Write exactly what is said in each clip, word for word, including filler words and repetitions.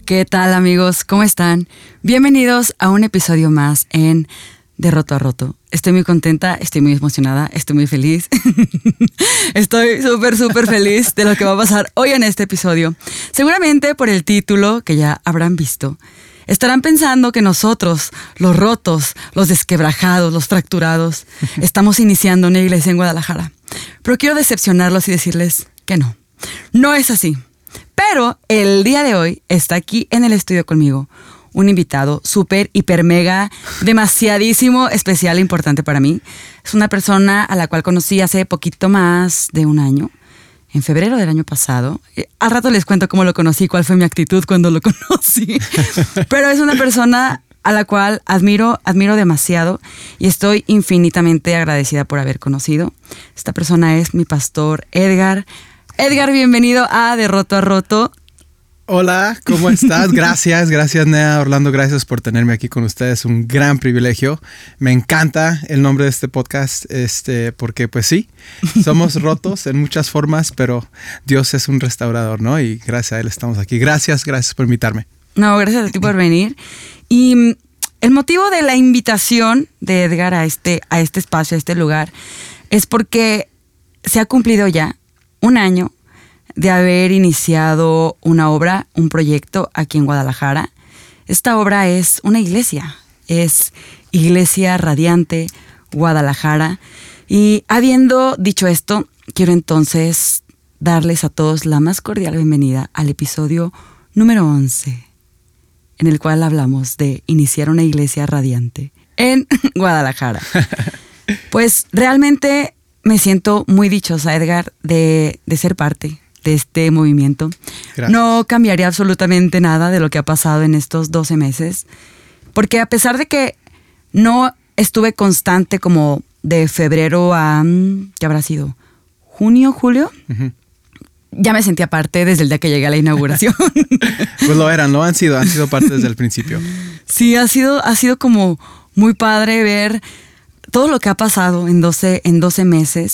¿Qué tal, amigos? ¿Cómo están? Bienvenidos a un episodio más en De Roto a Roto. Estoy muy contenta, estoy muy emocionada, estoy muy feliz. Estoy súper, súper feliz de lo que va a pasar hoy en este episodio. Seguramente por el título que ya habrán visto, estarán pensando que nosotros, los rotos, los desquebrajados, los fracturados, estamos iniciando una iglesia en Guadalajara. Pero quiero decepcionarlos y decirles que no. No es así. Pero el día de hoy está aquí en el estudio conmigo un invitado súper, hiper, mega, demasiadísimo especial e importante para mí. Es una persona a la cual conocí hace poquito más de un año, en febrero del año pasado. Al rato les cuento cómo lo conocí, cuál fue mi actitud cuando lo conocí. Pero es una persona a la cual admiro, admiro demasiado y estoy infinitamente agradecida por haber conocido. Esta persona es mi pastor Edgar. Edgar, bienvenido a De Roto a Roto. Hola, ¿cómo estás? Gracias, gracias Nea, Orlando, gracias por tenerme aquí con ustedes, un gran privilegio. Me encanta el nombre de este podcast, este, porque pues sí, somos rotos en muchas formas, pero Dios es un restaurador, ¿no? Y gracias a Él estamos aquí. Gracias, gracias por invitarme. No, gracias a ti por venir. Y el motivo de la invitación de Edgar a este, a este espacio, a este lugar, es porque se ha cumplido ya un año de haber iniciado una obra, un proyecto aquí en Guadalajara. Esta obra es una iglesia, es Iglesia Radiante Guadalajara. Y habiendo dicho esto, quiero entonces darles a todos la más cordial bienvenida al episodio número once, en el cual hablamos de iniciar una iglesia radiante en Guadalajara. Pues realmente me siento muy dichosa, Edgar, de, de ser parte de este movimiento. Gracias. No cambiaría absolutamente nada de lo que ha pasado en estos doce meses, porque a pesar de que no estuve constante como de febrero a, ¿qué habrá sido? ¿Junio, julio? Uh-huh. Ya me sentía parte desde el día que llegué a la inauguración. Pues lo eran, lo han sido, han sido parte desde el principio. Sí, ha sido, ha sido como muy padre ver todo lo que ha pasado en doce, en doce meses,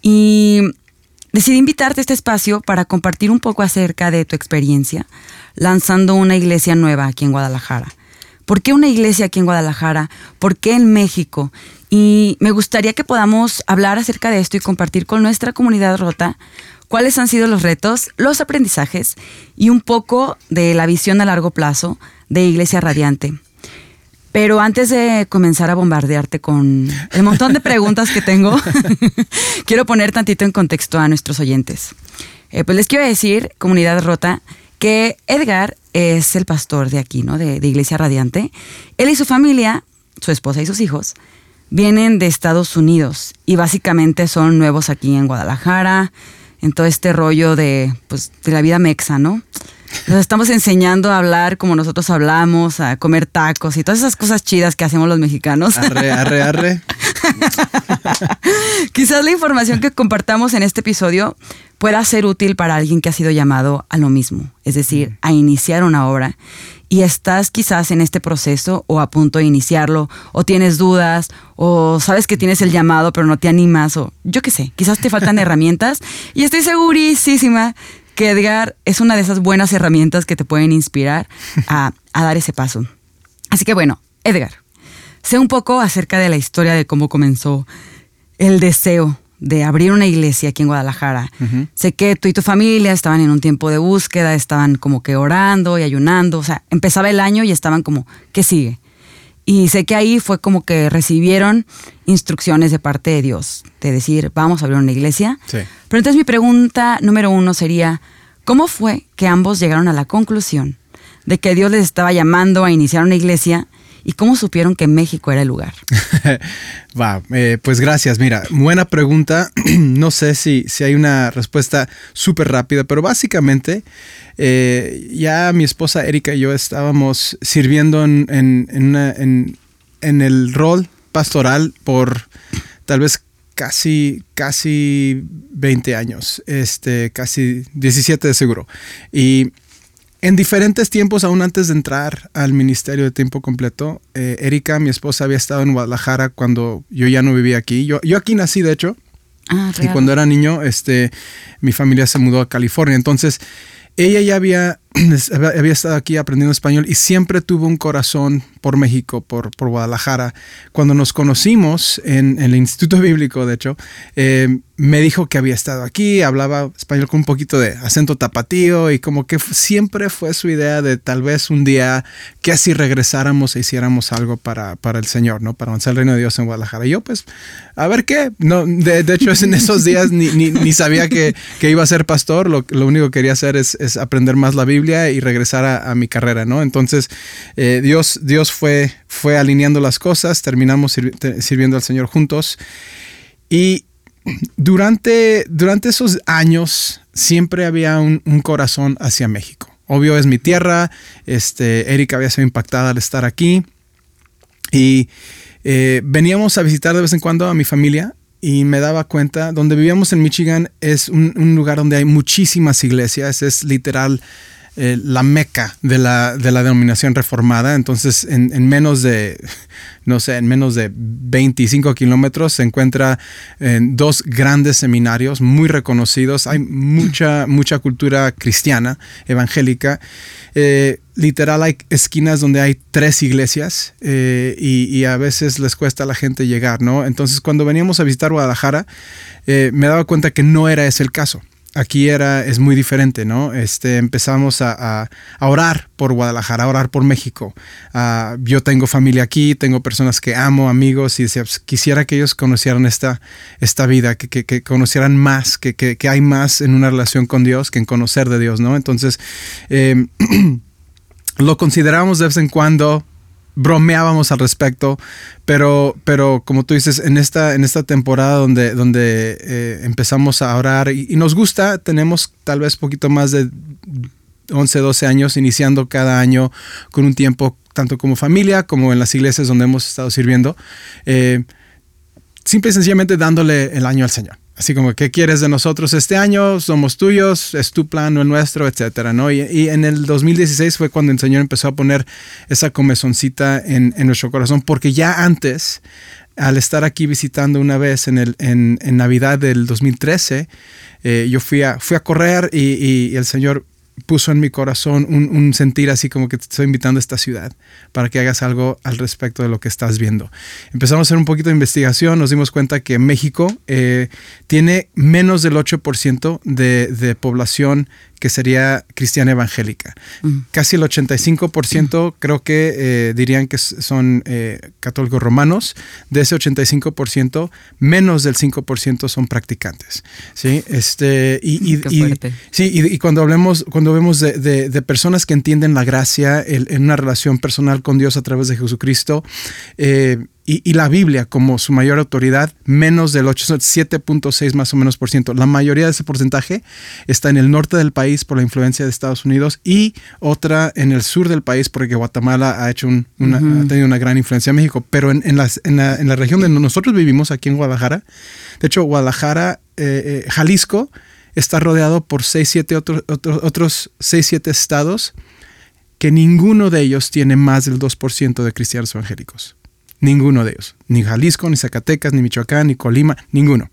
y decidí invitarte a este espacio para compartir un poco acerca de tu experiencia lanzando una iglesia nueva aquí en Guadalajara. ¿Por qué una iglesia aquí en Guadalajara? ¿Por qué en México? Y me gustaría que podamos hablar acerca de esto y compartir con nuestra comunidad rota cuáles han sido los retos, los aprendizajes y un poco de la visión a largo plazo de Iglesia Radiante. Pero antes de comenzar a bombardearte con el montón de preguntas que tengo, quiero poner tantito en contexto a nuestros oyentes. Eh, pues les quiero decir, comunidad rota, que Edgar es el pastor de aquí, ¿no? De, de Iglesia Radiante. Él y su familia, su esposa y sus hijos, vienen de Estados Unidos y básicamente son nuevos aquí en Guadalajara, en todo este rollo de, pues, de la vida mexa, ¿no? Nos estamos enseñando a hablar como nosotros hablamos, a comer tacos y todas esas cosas chidas que hacemos los mexicanos. Arre, arre, arre. Quizás la información que compartamos en este episodio pueda ser útil para alguien que ha sido llamado a lo mismo, es decir, a iniciar una obra. Y estás quizás en este proceso o a punto de iniciarlo, o tienes dudas, o sabes que tienes el llamado pero no te animas, o yo qué sé, quizás te faltan herramientas. Y estoy segurísima que Edgar es una de esas buenas herramientas que te pueden inspirar a, a dar ese paso. Así que bueno, Edgar, sé un poco acerca de la historia de cómo comenzó el deseo de abrir una iglesia aquí en Guadalajara. Uh-huh. Sé que tú y tu familia estaban en un tiempo de búsqueda, estaban como que orando y ayunando, o sea, empezaba el año y estaban como, ¿qué sigue? Y sé que ahí fue como que recibieron instrucciones de parte de Dios, de decir, vamos a abrir una iglesia. Sí. Pero entonces mi pregunta número uno sería, ¿cómo fue que ambos llegaron a la conclusión de que Dios les estaba llamando a iniciar una iglesia? ¿Y cómo supieron que México era el lugar? Va, eh, pues gracias. Mira, buena pregunta. No sé si, si hay una respuesta súper rápida, pero básicamente eh, ya mi esposa Erika y yo estábamos sirviendo en, en, en, una, en, en el rol pastoral por tal vez casi, casi veinte años, este, casi diecisiete de seguro. Y en diferentes tiempos, aún antes de entrar al ministerio de tiempo completo, eh, Erika, mi esposa, había estado en Guadalajara cuando yo ya no vivía aquí. Yo, yo aquí nací, de hecho. Ah, y cuando era niño, este, mi familia se mudó a California. Entonces, ella ya había había estado aquí aprendiendo español y siempre tuve un corazón por México, por, por Guadalajara. Cuando nos conocimos en, en el Instituto Bíblico, de hecho, eh, me dijo que había estado aquí, hablaba español con un poquito de acento tapatío y como que f- siempre fue su idea de tal vez un día que así regresáramos e hiciéramos algo para, para el Señor, ¿no? Para avanzar el reino de Dios en Guadalajara. Y yo pues, a ver qué. No, de, de hecho, en esos días ni, ni, ni sabía que, que iba a ser pastor. Lo, lo único que quería hacer es, es aprender más la Biblia y regresar a, a mi carrera, ¿no? Entonces, eh, Dios, Dios fue, fue alineando las cosas, terminamos sirvi- sirviendo al Señor juntos. Y durante, durante esos años siempre había un, un corazón hacia México. Obvio, es mi tierra. Este, Erika había sido impactada al estar aquí. Y eh, veníamos a visitar de vez en cuando a mi familia. Y me daba cuenta, donde vivíamos en Michigan es un, un lugar donde hay muchísimas iglesias, es literal eh, la meca de la, de la denominación reformada. Entonces en, en menos de, no sé, en menos de veinticinco kilómetros se encuentra en dos grandes seminarios muy reconocidos. Hay mucha, mucha cultura cristiana, evangélica. Eh, literal hay esquinas donde hay tres iglesias eh, y, y a veces les cuesta a la gente llegar, ¿no? Entonces cuando veníamos a visitar Guadalajara eh, me daba cuenta que no era ese el caso. Aquí era, es muy diferente, ¿no? Este, empezamos a, a, a orar por Guadalajara, a orar por México. Uh, yo tengo familia aquí, tengo personas que amo, amigos, y decía, pues, quisiera que ellos conocieran esta, esta vida, que, que, que conocieran más, que, que, que hay más en una relación con Dios que en conocer de Dios, ¿no? Entonces, eh, lo considerábamos de vez en cuando, bromeábamos al respecto, pero, pero como tú dices, en esta, en esta temporada donde, donde eh, empezamos a orar y, y nos gusta, tenemos tal vez poquito más de once, doce años iniciando cada año con un tiempo tanto como familia como en las iglesias donde hemos estado sirviendo, eh, simple y sencillamente dándole el año al Señor. Así como, ¿qué quieres de nosotros este año? Somos tuyos, es tu plan, no el nuestro, etcétera, ¿no? Y, y en el dos mil dieciséis fue cuando el Señor empezó a poner esa comezoncita en, en nuestro corazón, porque ya antes, al estar aquí visitando una vez en, el, en, en Navidad del dos mil trece, eh, yo fui a, fui a correr y, y, y el Señor puso en mi corazón un, un sentir así como que te estoy invitando a esta ciudad para que hagas algo al respecto de lo que estás viendo. Empezamos a hacer un poquito de investigación, nos dimos cuenta que México eh, tiene menos del ocho por ciento de, de población que sería cristiana evangélica. Mm. Casi el ochenta y cinco por ciento mm. creo que eh, dirían que son eh, católicos romanos. De ese ochenta y cinco por ciento, menos del cinco por ciento son practicantes. ¿Sí? Este, y, y, y, sí, y, y cuando hablemos, cuando vemos de, de, de personas que entienden la gracia el, en una relación personal con Dios a través de Jesucristo, eh, Y, y la Biblia como su mayor autoridad, menos del siete punto seis más o menos por ciento. La mayoría de ese porcentaje está en el norte del país por la influencia de Estados Unidos y otra en el sur del país porque Guatemala ha, hecho un, una, uh-huh. ha tenido una gran influencia en México. Pero en, en, las, en, la, en la región donde nosotros vivimos, aquí en Guadalajara, de hecho Guadalajara, eh, eh, Jalisco, está rodeado por seis, siete otros, otros, otros seis, siete estados que ninguno de ellos tiene más del dos por ciento de cristianos evangélicos. Ninguno de ellos. Ni Jalisco, ni Zacatecas, ni Michoacán, ni Colima, ninguno.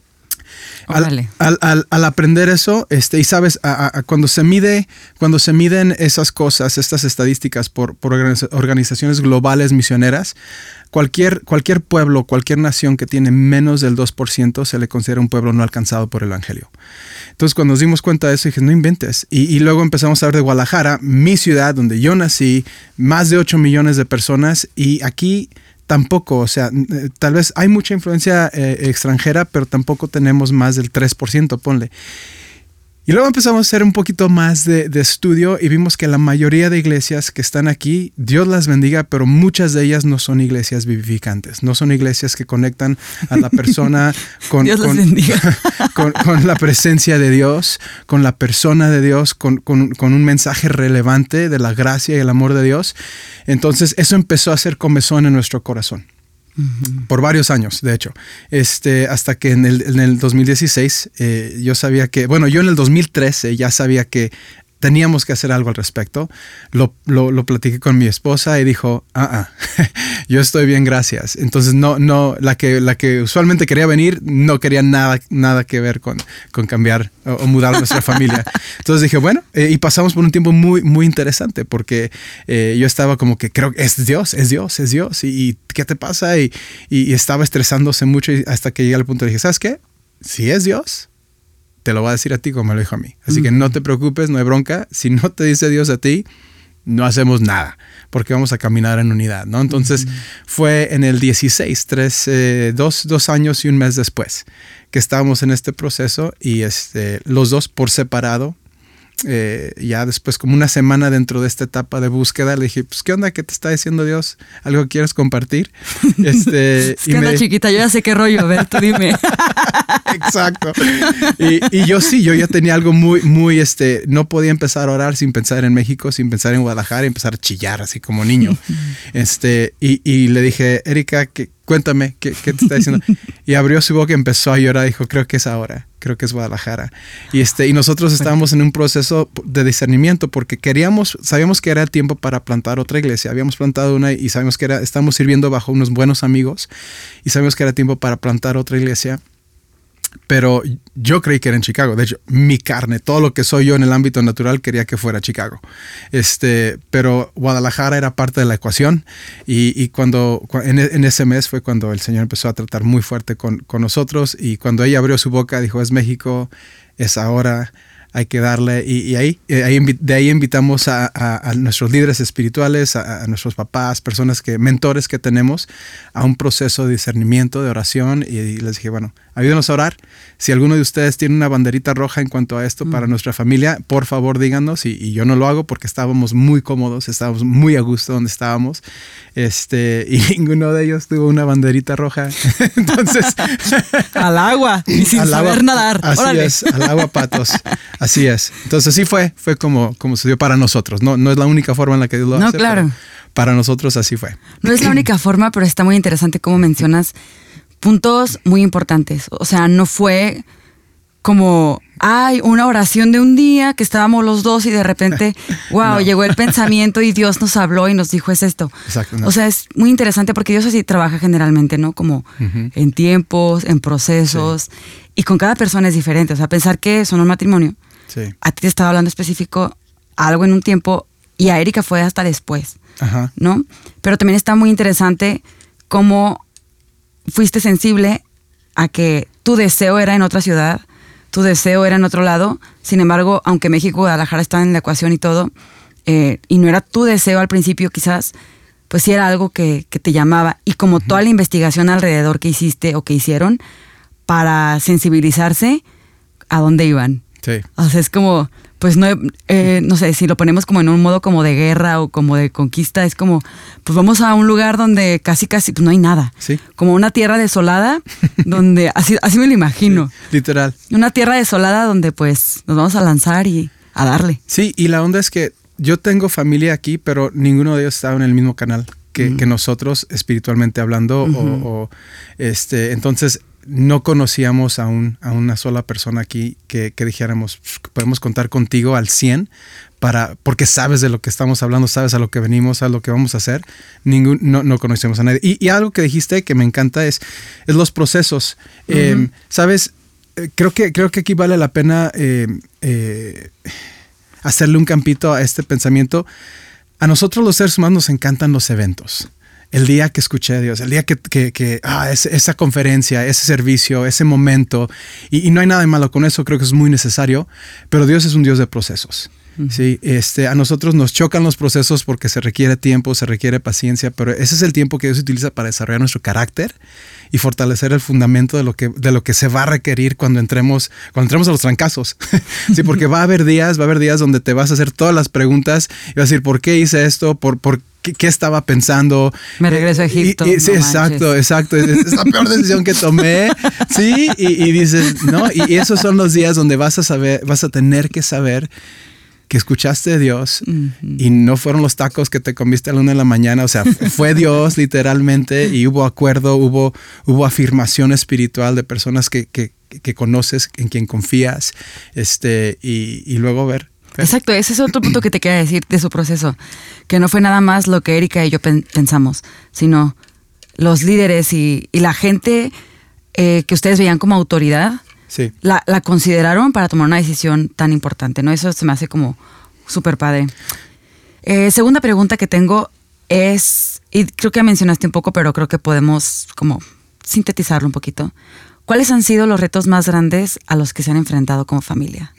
Al, al, al, al aprender eso, este, y sabes, a, a, cuando se mide, cuando se miden esas cosas, estas estadísticas por, por organizaciones globales misioneras, cualquier, cualquier pueblo, cualquier nación que tiene menos del dos por ciento se le considera un pueblo no alcanzado por el evangelio. Entonces, cuando nos dimos cuenta de eso, dije, no inventes. Y, y luego empezamos a ver de Guadalajara, mi ciudad, donde yo nací, más de ocho millones de personas, y aquí tampoco, o sea, tal vez hay mucha influencia eh, extranjera, pero tampoco tenemos más del tres por ciento, ponle. Y luego empezamos a hacer un poquito más de, de estudio y vimos que la mayoría de iglesias que están aquí, Dios las bendiga, pero muchas de ellas no son iglesias vivificantes, no son iglesias que conectan a la persona con, Dios con, las bendiga. con, con la presencia de Dios, con la persona de Dios, con, con, con un mensaje relevante de la gracia y el amor de Dios. Entonces eso empezó a hacer comezón en nuestro corazón. Uh-huh. Por varios años, de hecho, este, hasta que en el, en el dos mil dieciséis eh, yo sabía que, bueno, yo en el dos mil trece ya sabía que teníamos que hacer algo al respecto. Lo, lo, lo platiqué con mi esposa y dijo, ah, ah, yo estoy bien, gracias. Entonces, no, no, la que, la que usualmente quería venir no quería nada, nada que ver con, con cambiar o, o mudar nuestra familia. Entonces dije, bueno, eh, y pasamos por un tiempo muy, muy interesante porque eh, yo estaba como que creo que es Dios, es Dios, es Dios. ¿Y, y qué te pasa? Y, y, y estaba estresándose mucho y hasta que llegué al punto de dije, ¿sabes qué? Si es Dios, te lo va a decir a ti como me lo dijo a mí. Así uh-huh. que no te preocupes, no hay bronca. Si no te dice Dios a ti, no hacemos nada, porque vamos a caminar en unidad, ¿no? Entonces uh-huh. fue en el dieciséis, tres, eh, dos, dos años y un mes después que estábamos en este proceso y este, los dos por separado. Eh, ya después, como una semana dentro de esta etapa de búsqueda, le dije, pues, ¿qué onda? ¿Qué te está diciendo Dios? ¿Algo quieres compartir? Este, es que anda, me... chiquita, yo ya sé qué rollo, a ver, tú dime. Exacto. Y, y yo sí, yo ya tenía algo muy, muy, este, no podía empezar a orar sin pensar en México, sin pensar en Guadalajara y empezar a chillar así como niño. Este, y, y le dije, Erika, que cuéntame, ¿qué, ¿qué te está diciendo? Y abrió su boca y empezó a llorar. Dijo, creo que es ahora, creo que es Guadalajara. Y, este, y nosotros estábamos en un proceso de discernimiento porque queríamos, sabíamos que era tiempo para plantar otra iglesia. Habíamos plantado una y sabíamos que era, estábamos sirviendo bajo unos buenos amigos y sabíamos que era tiempo para plantar otra iglesia. Pero yo creí que era en Chicago. De hecho, mi carne, todo lo que soy yo en el ámbito natural, quería que fuera Chicago. Este, pero Guadalajara era parte de la ecuación. Y, y cuando en, en ese mes fue cuando el Señor empezó a tratar muy fuerte con, con nosotros. Y cuando ella abrió su boca, dijo, es México, es ahora, hay que darle. Y, y ahí, ahí, de ahí invitamos a, a, a nuestros líderes espirituales, a, a nuestros papás, personas que, mentores que tenemos, a un proceso de discernimiento, de oración. Y, y les dije, bueno, ayúdenos a orar. Si alguno de ustedes tiene una banderita roja en cuanto a esto mm. para nuestra familia, por favor díganos. Y, y yo no lo hago porque estábamos muy cómodos, estábamos muy a gusto donde estábamos. Este, y ninguno de ellos tuvo una banderita roja. Entonces, al agua y sin al saber agua, nadar. Así Órale. es, al agua patos. Así es. Entonces sí fue, fue como, como se dio para nosotros. No, no es la única forma en la que Dios lo no, hace. No, claro. Para nosotros así fue. No es la única forma, pero está muy interesante cómo mencionas puntos muy importantes. O sea, no fue como, ay, una oración de un día que estábamos los dos y de repente, wow, no. llegó el pensamiento y Dios nos habló y nos dijo es esto. Exacto. No. O sea, es muy interesante porque Dios así trabaja generalmente, ¿no? Como uh-huh. en tiempos, en procesos sí. y con cada persona es diferente. O sea, pensar que son un matrimonio. Sí. A ti te estaba hablando específico algo en un tiempo y a Erika fue hasta después, Ajá. ¿no? Pero también está muy interesante cómo fuiste sensible a que tu deseo era en otra ciudad, tu deseo era en otro lado. Sin embargo, aunque México y Guadalajara estaban en la ecuación y todo, eh, y no era tu deseo al principio quizás, pues sí era algo que, que te llamaba. Y como uh-huh. toda la investigación alrededor que hiciste o que hicieron para sensibilizarse a dónde iban. Sí. O sea, es como, pues no, eh, no sé, si lo ponemos como en un modo como de guerra o como de conquista, es como, pues vamos a un lugar donde casi casi pues no hay nada. Sí. Como una tierra desolada, donde, así, así me lo imagino. Sí, literal. Una tierra desolada donde pues nos vamos a lanzar y a darle. Sí, y la onda es que yo tengo familia aquí, pero ninguno de ellos estaba en el mismo canal que, uh-huh. que nosotros, espiritualmente hablando, uh-huh. o, o este, entonces no conocíamos a, un, a una sola persona aquí que, que dijéramos, podemos contar contigo al cien, para, porque sabes de lo que estamos hablando, sabes a lo que venimos, a lo que vamos a hacer. Ningún, no, no conocemos a nadie. Y, y algo que dijiste que me encanta es, es los procesos. Uh-huh. Eh, ¿Sabes? Eh, creo, que, creo que aquí vale la pena eh, eh, hacerle un campito a este pensamiento. A nosotros los seres humanos nos encantan los eventos. El día que escuché a Dios, el día que, que, que ah, ese, esa conferencia, ese servicio, ese momento, y, y no hay nada de malo con eso, creo que es muy necesario, pero Dios es un Dios de procesos. Uh-huh. Sí, este, a nosotros nos chocan los procesos porque se requiere tiempo, se requiere paciencia, pero ese es el tiempo que Dios utiliza para desarrollar nuestro carácter y fortalecer el fundamento de lo que, de lo que se va a requerir cuando entremos, cuando entremos a los trancazos. Sí, porque va a haber días, va a haber días donde te vas a hacer todas las preguntas y vas a decir, ¿por qué hice esto? ¿Por, por qué, qué estaba pensando? Me regreso a Egipto. Y, y, sí, no exacto, manches. exacto. Es, es la peor decisión que tomé. Sí, y, y dices, ¿no? Y, y esos son los días donde vas a saber, vas a tener que saber que escuchaste a Dios uh-huh. y no fueron los tacos que te comiste a la una de la mañana. O sea, fue Dios literalmente y hubo acuerdo, hubo, hubo afirmación espiritual de personas que, que, que conoces, en quien confías, este, y, y luego ver. Exacto, ese es otro punto que te quería decir de su proceso, que no fue nada más lo que Erika y yo pen- pensamos, sino los líderes y, y la gente eh, que ustedes veían como autoridad, Sí. la, la consideraron para tomar una decisión tan importante, ¿no? Eso se me hace como súper padre. Eh, segunda pregunta que tengo es, y creo que ya mencionaste un poco, pero creo que podemos como sintetizarlo un poquito. ¿Cuáles han sido los retos más grandes a los que se han enfrentado como familia?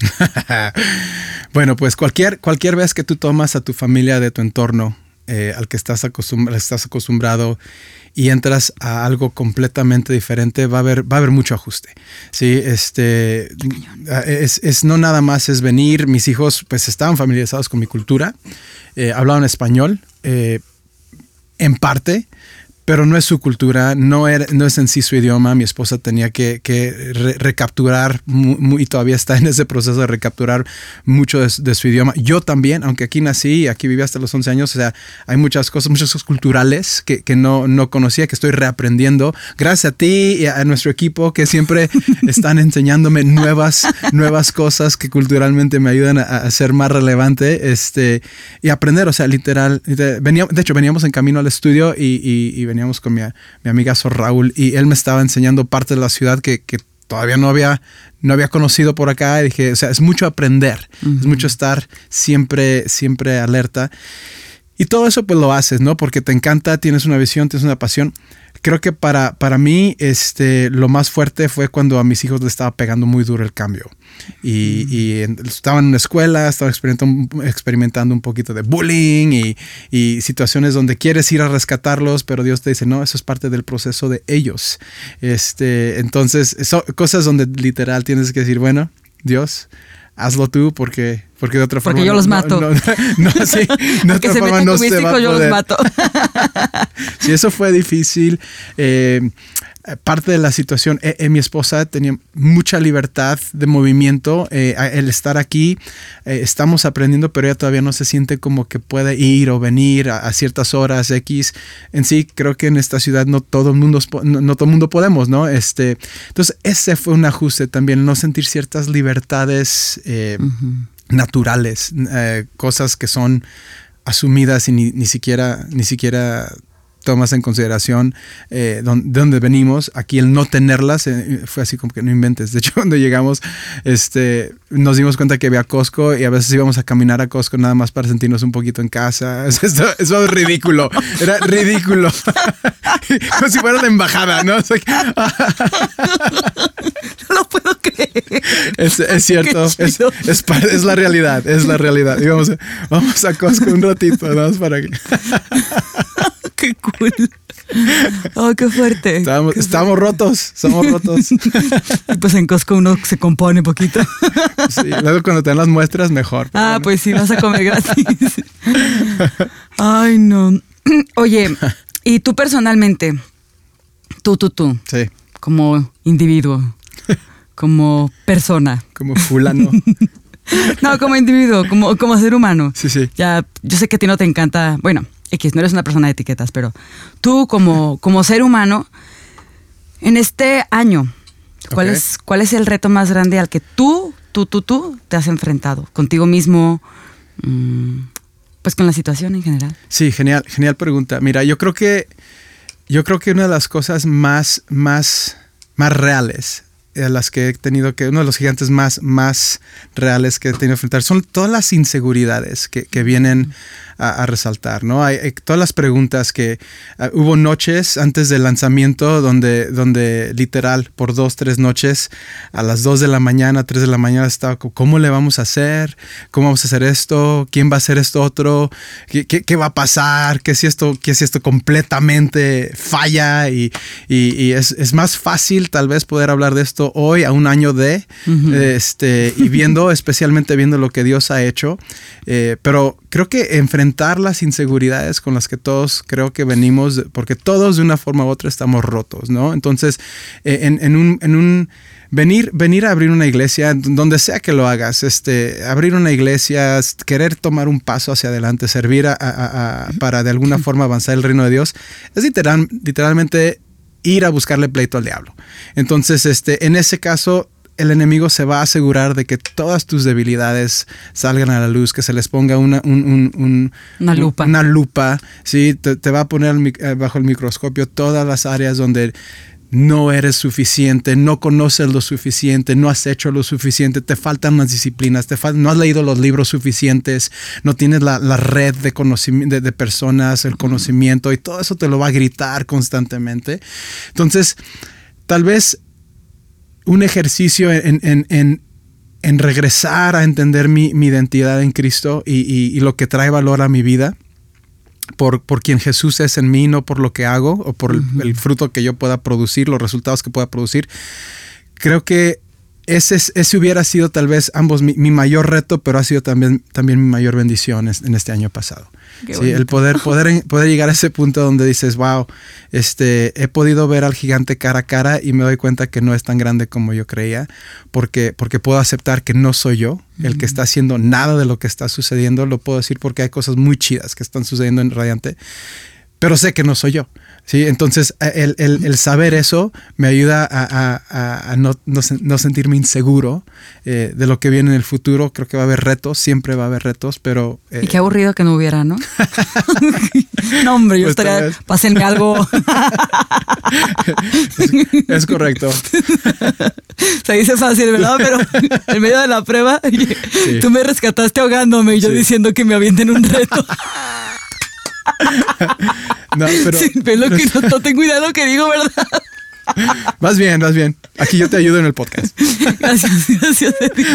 Bueno, pues cualquier, cualquier vez que tú tomas a tu familia de tu entorno, eh, al que estás, acostum- estás acostumbrado y entras a algo completamente diferente, va a haber, va a haber mucho ajuste. Sí, este, es, es no nada más es venir. Mis hijos pues estaban familiarizados con mi cultura, eh, hablaban español, eh, en parte, pero no es su cultura, no, era, no es en sí su idioma. Mi esposa tenía que, que re, recapturar, muy, muy, y todavía está en ese proceso de recapturar mucho de, de su idioma. Yo también, aunque aquí nací, aquí viví hasta los once años, o sea, hay muchas cosas, muchas cosas culturales que, que no, no conocía, que estoy reaprendiendo. Gracias a ti y a nuestro equipo que siempre están enseñándome nuevas, nuevas cosas que culturalmente me ayudan a, a ser más relevante este, y aprender, o sea, literal. literal veníamos, de hecho, veníamos en camino al estudio y, y, y veníamos con mi, mi amiga Sor Raúl y él me estaba enseñando parte de la ciudad que, que todavía no había, no había conocido por acá y dije, o sea, es mucho aprender, uh-huh. es mucho estar siempre, siempre alerta y todo eso pues lo haces, ¿no? Porque te encanta, tienes una visión, tienes una pasión. Creo que para, para mí este, lo más fuerte fue cuando a mis hijos les estaba pegando muy duro el cambio. Y, mm. y en, estaban en una escuela, estaban experimentando, experimentando un poquito de bullying y, y situaciones donde quieres ir a rescatarlos, pero Dios te dice, no, eso es parte del proceso de ellos. Este, entonces, son cosas donde literal tienes que decir, bueno, Dios, hazlo tú porque, porque de otra porque forma... Porque yo no, los mato. No, no, no, sí, de otra se forma no se va a yo poder. los mato. Sí, eso fue difícil. Eh, parte de la situación, eh, eh, mi esposa tenía mucha libertad de movimiento. Eh, el estar aquí, eh, estamos aprendiendo, pero ella todavía no se siente como que puede ir o venir a, a ciertas horas X. En sí, creo que en esta ciudad no todo el mundo, no, no todo el mundo podemos, ¿no? Este, entonces, ese fue un ajuste también, no sentir ciertas libertades eh, uh-huh. naturales, eh, cosas que son asumidas y ni, ni siquiera, ni siquiera tomas en consideración eh, de dónde venimos. Aquí el no tenerlas eh, fue así como que no inventes. De hecho, cuando llegamos, este, nos dimos cuenta que había Costco y a veces íbamos a caminar a Costco nada más para sentirnos un poquito en casa. Eso, eso es ridículo. Era ridículo. Como si fuera la embajada, ¿no? O sea, no lo puedo creer. Es, es cierto. Es, es, es la realidad. Es la realidad. Y vamos a, vamos a Costco un ratito, nada más para que... Qué cool. Oh, qué fuerte. Estamos, qué estamos fuerte. rotos, somos rotos. Y pues en Costco uno se compone poquito. Sí, luego cuando te dan las muestras, mejor. Ah, bueno. Pues sí, vas a comer gratis. Ay, no. Oye, y tú personalmente, tú, tú, tú, sí. como individuo, como persona. Como fulano. No, como individuo, como, como ser humano. Sí, sí. Ya, yo sé que a ti no te encanta, bueno, X, no eres una persona de etiquetas, pero tú como, como ser humano, en este año, ¿cuál, okay. es, ¿cuál es el reto más grande al que tú, tú, tú, tú te has enfrentado? Contigo mismo, mmm, pues con la situación en general. Sí, genial, genial pregunta. Mira, yo creo que, yo creo que una de las cosas más, más, más reales a las que he tenido que, uno de los gigantes más, más reales que he tenido que enfrentar son todas las inseguridades que, que vienen a, a resaltar, ¿no? Hay, hay todas las preguntas que uh, hubo noches antes del lanzamiento donde, donde literal por dos, tres noches a las dos de la mañana, tres de la mañana estaba como, ¿cómo le vamos a hacer? ¿Cómo vamos a hacer esto? ¿Quién va a hacer esto otro? ¿Qué, qué, qué va a pasar? ¿Qué si esto, qué si esto completamente falla? Y, y, y es, es más fácil tal vez poder hablar de esto hoy a un año de, uh-huh. este, y viendo, especialmente viendo lo que Dios ha hecho, eh, pero creo que enfrentar las inseguridades con las que todos creo que venimos, porque todos de una forma u otra estamos rotos, ¿no? Entonces, eh, en, en un, en un venir, venir a abrir una iglesia, donde sea que lo hagas, este, abrir una iglesia, querer tomar un paso hacia adelante, servir a, a, a, para de alguna forma avanzar el reino de Dios, es literal, literalmente ir a buscarle pleito al diablo. Entonces, este, en ese caso, el enemigo se va a asegurar de que todas tus debilidades salgan a la luz, que se les ponga una, un, un, un, una lupa. Una lupa, ¿sí? Te, te va a poner bajo el microscopio todas las áreas donde no eres suficiente, no conoces lo suficiente, no has hecho lo suficiente, te faltan las disciplinas, te fal- no has leído los libros suficientes, no tienes la, la red de, conocimiento, de, de personas, el conocimiento, y todo eso te lo va a gritar constantemente. Entonces, tal vez un ejercicio en, en, en, en regresar a entender mi, mi identidad en Cristo y, y, y lo que trae valor a mi vida, Por, por quien Jesús es en mí, no por lo que hago o por el, uh-huh. el fruto que yo pueda producir, los resultados que pueda producir. Creo que ese, ese hubiera sido tal vez ambos mi, mi mayor reto, pero ha sido también, también mi mayor bendición en este año pasado. Sí, el poder, poder, poder llegar a ese punto donde dices, wow, este, he podido ver al gigante cara a cara y me doy cuenta que no es tan grande como yo creía, porque, porque puedo aceptar que no soy yo el que está haciendo nada de lo que está sucediendo. Lo puedo decir porque hay cosas muy chidas que están sucediendo en Radiante, pero sé que no soy yo. ¿Sí? Entonces, el, el, el saber eso me ayuda a, a, a no, no, no sentirme inseguro eh, de lo que viene en el futuro. Creo que va a haber retos, siempre va a haber retos, pero... Eh, y qué aburrido que no hubiera, ¿no? No, hombre, yo pues estaría... Pásenme algo. es, es correcto. Se dice fácil, ¿verdad? Pero en medio de la prueba, sí. Tú me rescataste ahogándome y yo sí. Diciendo que me avienten un reto. No, pero sí, pero lo que no, no tengo idea de lo que digo, ¿verdad? Vas bien, vas bien. Aquí yo te ayudo en el podcast. Gracias, gracias.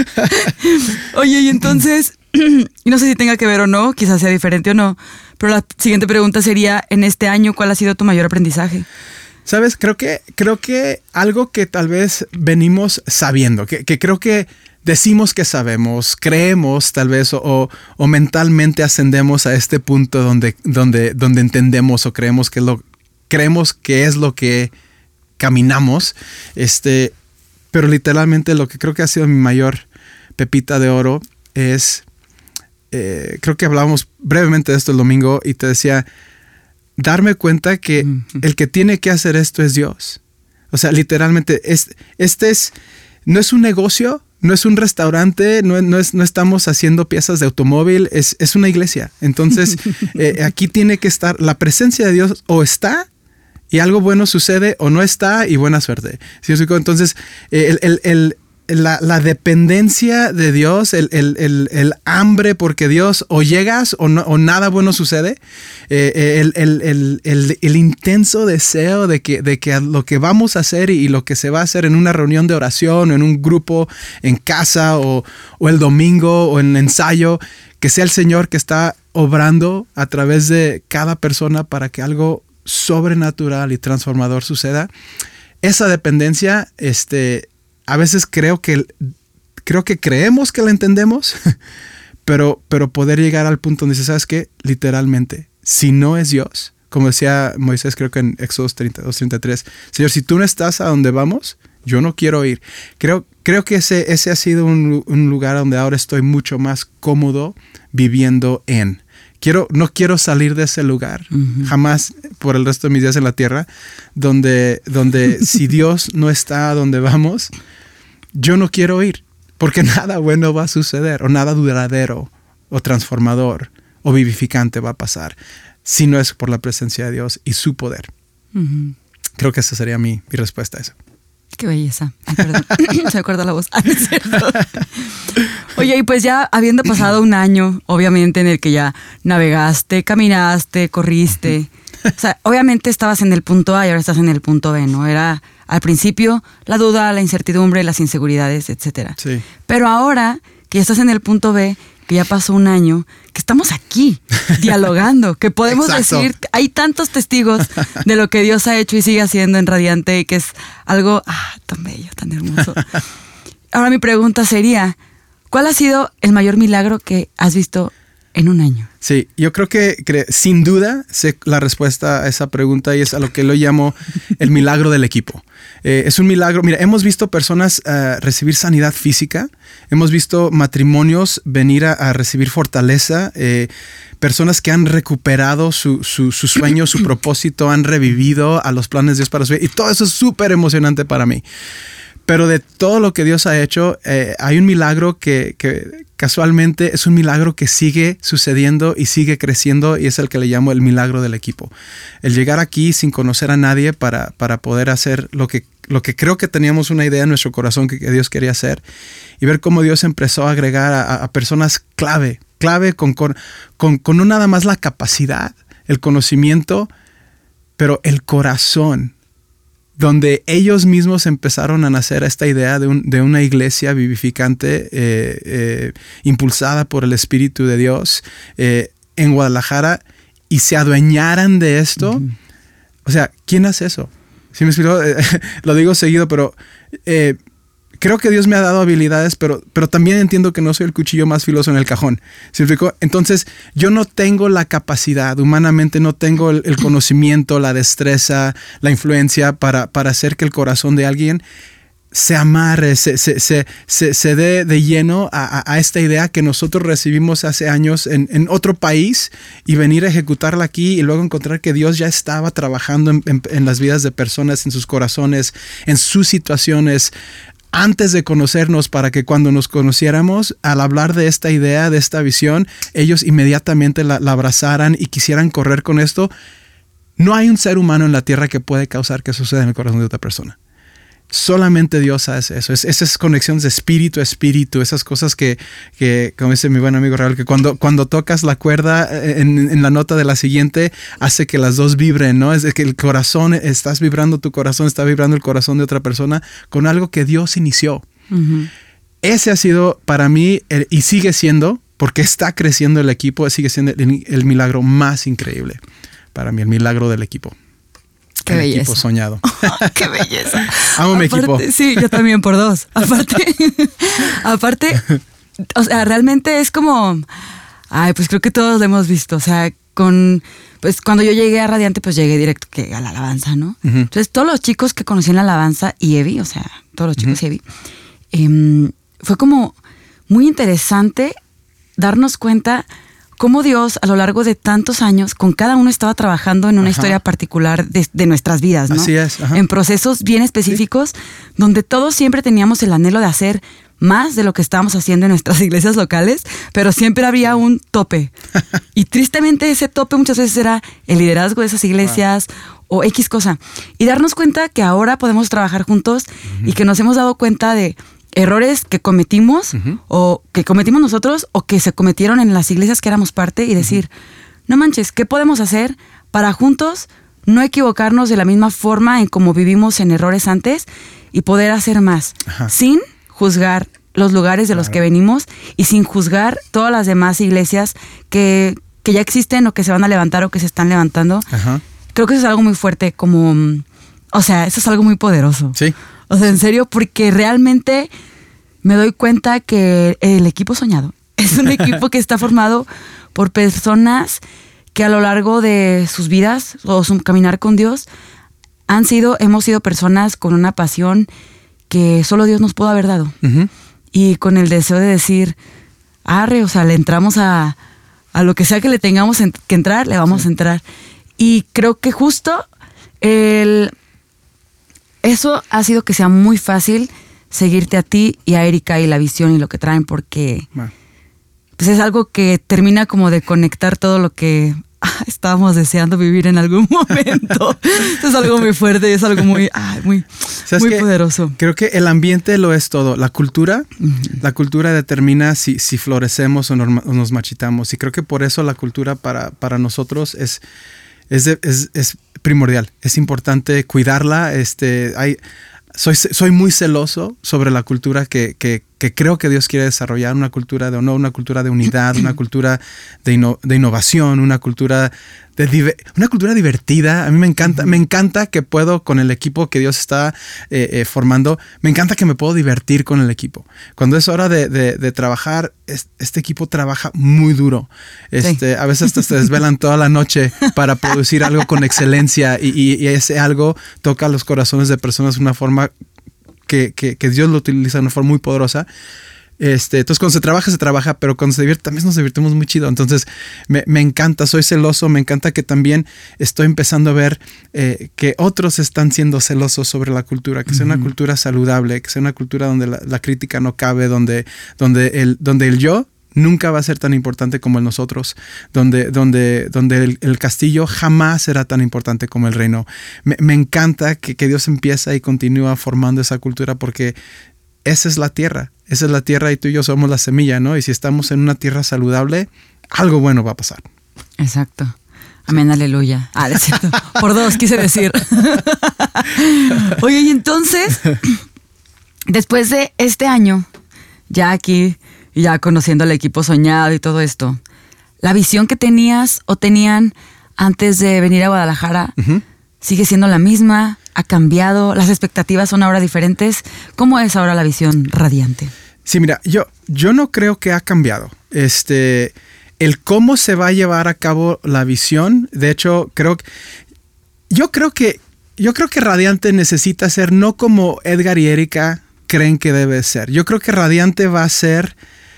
Oye, y entonces, y no sé si tenga que ver o no, quizás sea diferente o no, pero la siguiente pregunta sería, en este año, ¿cuál ha sido tu mayor aprendizaje? ¿Sabes? Creo que, creo que algo que tal vez venimos sabiendo, que, que creo que decimos que sabemos, creemos tal vez o, o mentalmente ascendemos a este punto donde, donde, donde entendemos o creemos que, lo, creemos que es lo que caminamos, este, pero literalmente lo que creo que ha sido mi mayor pepita de oro es, eh, creo que hablábamos brevemente de esto el domingo y te decía, darme cuenta que uh-huh. el que tiene que hacer esto es Dios. O sea, literalmente, es, este es, no es un negocio, no es un restaurante, no, no, es, no estamos haciendo piezas de automóvil, es, es una iglesia. Entonces, eh, aquí tiene que estar la presencia de Dios, o está y algo bueno sucede, o no está y buena suerte. ¿Sí? Entonces, eh, el, el, el, la, la dependencia de Dios, el, el, el, el hambre porque Dios o llegas o, no, o nada bueno sucede, eh, el, el, el, el, el intenso deseo de que, de que lo que vamos a hacer y, y lo que se va a hacer en una reunión de oración o en un grupo en casa o, o el domingo o en ensayo, que sea el Señor que está obrando a través de cada persona para que algo sobrenatural y transformador suceda. Esa dependencia, este... a veces creo que, creo que creemos que la entendemos, pero, pero poder llegar al punto donde dice, ¿sabes qué? Literalmente, si no es Dios, como decía Moisés, creo que en Éxodo treinta y dos, treinta y tres, Señor, si tú no estás a donde vamos, yo no quiero ir. Creo, creo que ese, ese ha sido un, un lugar donde ahora estoy mucho más cómodo viviendo en. Quiero, no quiero salir de ese lugar, uh-huh. jamás por el resto de mis días en la tierra, donde, donde si Dios no está a donde vamos, yo no quiero ir, porque nada bueno va a suceder, o nada duradero, o transformador, o vivificante va a pasar, si no es por la presencia de Dios y su poder. Uh-huh. Creo que esa sería mi, mi respuesta a eso. Qué belleza. Ay, perdón. Se me acuerda la voz. Ah, es cierto. Oye, y pues ya habiendo pasado un año, obviamente, en el que ya navegaste, caminaste, corriste. O sea, obviamente estabas en el punto A y ahora estás en el punto B, ¿no? Era al principio la duda, la incertidumbre, las inseguridades, etcétera. Sí. Pero ahora que ya estás en el punto B, que ya pasó un año, que estamos aquí dialogando, que podemos Exacto. decir, hay tantos testigos de lo que Dios ha hecho y sigue haciendo en Radiante, y que es algo ah, tan bello, tan hermoso. Ahora mi pregunta sería, ¿cuál ha sido el mayor milagro que has visto en un año? Sí, yo creo que, que sin duda sé la respuesta a esa pregunta y es a lo que lo llamo el milagro del equipo. Eh, es un milagro. Mira, hemos visto personas uh, recibir sanidad física, hemos visto matrimonios venir a, a recibir fortaleza, eh, personas que han recuperado su, su, su sueño, su propósito, han revivido a los planes de Dios para su vida, y todo eso es súper emocionante para mí. pero de todo lo que Dios ha hecho, eh, hay un milagro que, que casualmente es un milagro que sigue sucediendo y sigue creciendo, y es el que le llamo el milagro del equipo. El llegar aquí sin conocer a nadie para, para poder hacer lo que, lo que creo que teníamos una idea en nuestro corazón que, que Dios quería hacer, y ver cómo Dios empezó a agregar a, a personas clave, clave con, con, con, con no nada más la capacidad, el conocimiento, pero el corazón, donde ellos mismos empezaron a nacer esta idea de, un, de una iglesia vivificante, eh, eh, impulsada por el Espíritu de Dios eh, en Guadalajara, y se adueñaran de esto. Uh-huh. O sea, ¿quién hace eso? ¿Sí me explico? Eh, lo digo seguido, pero eh, creo que Dios me ha dado habilidades, pero, pero también entiendo que no soy el cuchillo más filoso en el cajón. ¿Sí me explico? Entonces, yo no tengo la capacidad, humanamente no tengo el, el conocimiento, la destreza, la influencia para, para hacer que el corazón de alguien se amarre, se, se, se, se, se dé de lleno a, a, a esta idea que nosotros recibimos hace años en, en otro país, y venir a ejecutarla aquí y luego encontrar que Dios ya estaba trabajando en, en, en las vidas de personas, en sus corazones, en sus situaciones, antes de conocernos, para que cuando nos conociéramos, al hablar de esta idea, de esta visión, ellos inmediatamente la, la abrazaran y quisieran correr con esto. No hay un ser humano en la tierra que puede causar que suceda en el corazón de otra persona. Solamente Dios hace eso. Es, esas conexiones de espíritu a espíritu, esas cosas que, que como dice mi buen amigo Raúl, que cuando, cuando tocas la cuerda en, en la nota de la siguiente, hace que las dos vibren, ¿no? Es que el corazón, estás vibrando, tu corazón está vibrando el corazón de otra persona con algo que Dios inició. Uh-huh. Ese ha sido para mí, el, y sigue siendo, porque está creciendo el equipo, sigue siendo el, el milagro más increíble para mí, el milagro del equipo. Qué el belleza. Equipo soñado. Qué belleza. Amo mi equipo. Sí, yo también por dos. Aparte, aparte, o sea, realmente es como, ay, pues creo que todos lo hemos visto. O sea, con, pues cuando yo llegué a Radiante, pues llegué directo que a la alabanza, ¿no? Uh-huh. Entonces, todos los chicos que conocí en la alabanza y Evi, o sea, todos los chicos uh-huh. y Evi, eh, fue como muy interesante darnos cuenta cómo Dios a lo largo de tantos años con cada uno estaba trabajando en una ajá. historia particular de, de nuestras vidas, ¿no? Así es. Ajá. En procesos bien específicos, sí. donde todos siempre teníamos el anhelo de hacer más de lo que estábamos haciendo en nuestras iglesias locales, pero siempre había un tope. Y tristemente ese tope muchas veces era el liderazgo de esas iglesias wow. o X cosa. Y darnos cuenta que ahora podemos trabajar juntos uh-huh. y que nos hemos dado cuenta de errores que cometimos uh-huh. o que cometimos nosotros o que se cometieron en las iglesias que éramos parte, y decir, uh-huh. no manches, ¿qué podemos hacer para juntos no equivocarnos de la misma forma en cómo vivimos en errores antes y poder hacer más? Uh-huh. Sin juzgar los lugares de los claro. que venimos y sin juzgar todas las demás iglesias que, que ya existen o que se van a levantar o que se están levantando. Uh-huh. Creo que eso es algo muy fuerte, como, o sea, eso es algo muy poderoso. Sí. O sea, en serio, porque realmente me doy cuenta que el equipo soñado es un equipo que está formado por personas que a lo largo de sus vidas o su caminar con Dios han sido, hemos sido personas con una pasión que solo Dios nos pudo haber dado. Uh-huh. Y con el deseo de decir, arre, o sea, le entramos a, a lo que sea que le tengamos en, que entrar, le vamos sí. a entrar. Y creo que justo el... eso ha sido que sea muy fácil seguirte a ti y a Erika y la visión y lo que traen, porque wow. pues es algo que termina como de conectar todo lo que ah, estábamos deseando vivir en algún momento. Es algo muy fuerte y es algo muy, ah, muy, muy poderoso. Creo que el ambiente lo es todo. La cultura, uh-huh. la cultura determina si, si florecemos o, norma, o nos marchitamos. Y creo que por eso la cultura para, para nosotros es... Es, de, es, es primordial, es importante cuidarla. Este, hay, soy, soy muy celoso sobre la cultura que, que, que creo que Dios quiere desarrollar, una cultura de honor, una cultura de unidad, una cultura de, ino, de innovación, una cultura de una cultura divertida. A mí me encanta, me encanta que puedo con el equipo que Dios está eh, eh, formando, me encanta que me puedo divertir con el equipo. Cuando es hora de, de, de trabajar, es, este equipo trabaja muy duro. Este, sí. A veces hasta se desvelan toda la noche para producir algo con excelencia y, y, y ese algo toca los corazones de personas de una forma que, que, que Dios lo utiliza de una forma muy poderosa. Este, entonces cuando se trabaja, se trabaja, pero cuando se divierte, también nos divertimos muy chido. Entonces me, me encanta, soy celoso, me encanta que también estoy empezando a ver eh, que otros están siendo celosos sobre la cultura, que uh-huh. sea una cultura saludable, que sea una cultura donde la, la crítica no cabe, donde, donde, el, donde el yo nunca va a ser tan importante como el nosotros, donde, donde, donde el, el castillo jamás será tan importante como el reino. Me, me encanta que, que Dios empieza y continúa formando esa cultura porque esa es la tierra, esa es la tierra y tú y yo somos la semilla, ¿no? Y si estamos en una tierra saludable, algo bueno va a pasar. Exacto. Amén, aleluya. Ah, es cierto. Por dos, quise decir. Oye, y entonces, después de este año, ya aquí, ya conociendo al equipo soñado y todo esto, la visión que tenías o tenían antes de venir a Guadalajara, uh-huh. ¿sigue siendo la misma? ¿Ha cambiado? ¿Las expectativas son ahora diferentes? ¿Cómo es ahora la visión Radiante? Sí, mira, yo, yo no creo que ha cambiado. Este, el cómo se va a llevar a cabo la visión, de hecho, creo que yo creo que yo creo que Radiante necesita ser no como Edgar y Erika creen que debe ser. Yo creo que Radiante va a ser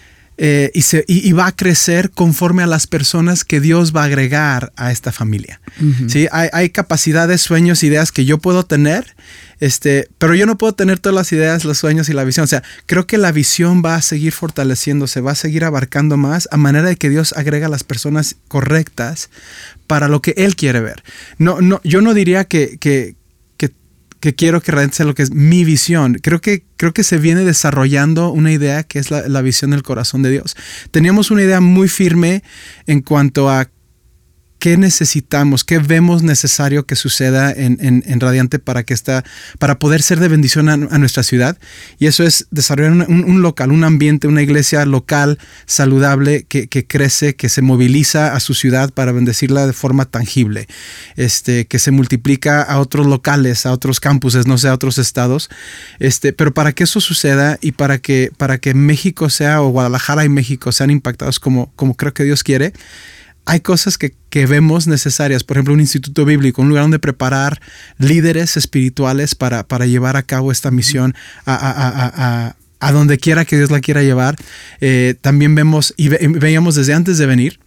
Eh, y, se, y, y va a crecer conforme a las personas que Dios va a agregar a esta familia. Uh-huh. ¿Sí? Hay, hay capacidades, sueños, ideas que yo puedo tener, este, pero yo no puedo tener todas las ideas, los sueños y la visión. O sea, creo que la visión va a seguir fortaleciéndose, va a seguir abarcando más a manera de que Dios agrega a las personas correctas para lo que Él quiere ver. No, no, yo no diría que... que que quiero que Radiante sea lo que es mi visión. Creo que, creo que se viene desarrollando una idea que es la, la visión del corazón de Dios. Teníamos una idea muy firme en cuanto a qué necesitamos, qué vemos necesario que suceda en, en, en Radiante para que esta, para poder ser de bendición a, a nuestra ciudad. Y eso es desarrollar un, un, un local, un ambiente, una iglesia local saludable que, que crece, que se moviliza a su ciudad para bendecirla de forma tangible, este, que se multiplica a otros locales, a otros campuses, no sé, a otros estados. Este, pero para que eso suceda y para que, para que México sea, o Guadalajara y México sean impactados como, como creo que Dios quiere, hay cosas que, que vemos necesarias. Por ejemplo, un instituto bíblico, un lugar donde preparar líderes espirituales para, para llevar a cabo esta misión a, a, a, a, a donde quiera que Dios la quiera llevar. Eh, también vemos y ve, veíamos desde antes de venir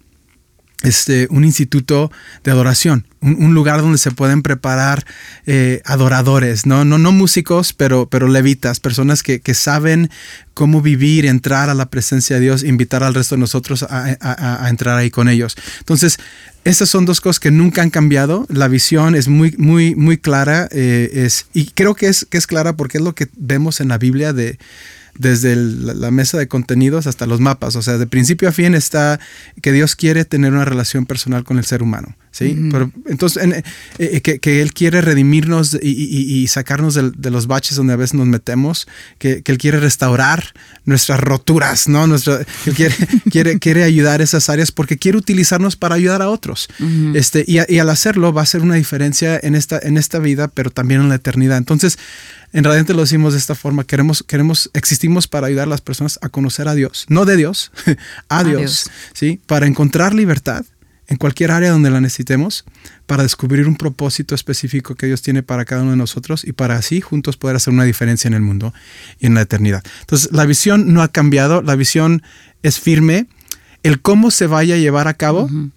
este, un instituto de adoración, un, un lugar donde se pueden preparar eh, adoradores, ¿no? No, no músicos, pero, pero levitas, personas que, que saben cómo vivir, entrar a la presencia de Dios, invitar al resto de nosotros a, a, a entrar ahí con ellos. Entonces, esas son dos cosas que nunca han cambiado. La visión es muy, muy, muy clara eh, es, y creo que es, que es clara porque es lo que vemos en la Biblia de desde el, la mesa de contenidos hasta los mapas. O sea, de principio a fin está que Dios quiere tener una relación personal con el ser humano, ¿sí? Uh-huh. Pero, entonces, en, eh, que, que Él quiere redimirnos y, y, y sacarnos de, de los baches donde a veces nos metemos, que, que Él quiere restaurar nuestras roturas, ¿no? Nuestra, que Él quiere, quiere, quiere ayudar esas áreas porque quiere utilizarnos para ayudar a otros. Uh-huh. Este, y, y al hacerlo va a hacer una diferencia en esta, en esta vida, pero también en la eternidad. Entonces, en Radiante lo decimos de esta forma, queremos, queremos, existimos para ayudar a las personas a conocer a Dios, no de Dios, a, a Dios, Dios, ¿sí? Para encontrar libertad en cualquier área donde la necesitemos, para descubrir un propósito específico que Dios tiene para cada uno de nosotros y para así juntos poder hacer una diferencia en el mundo y en la eternidad. Entonces, la visión no ha cambiado, la visión es firme, el cómo se vaya a llevar a cabo, uh-huh.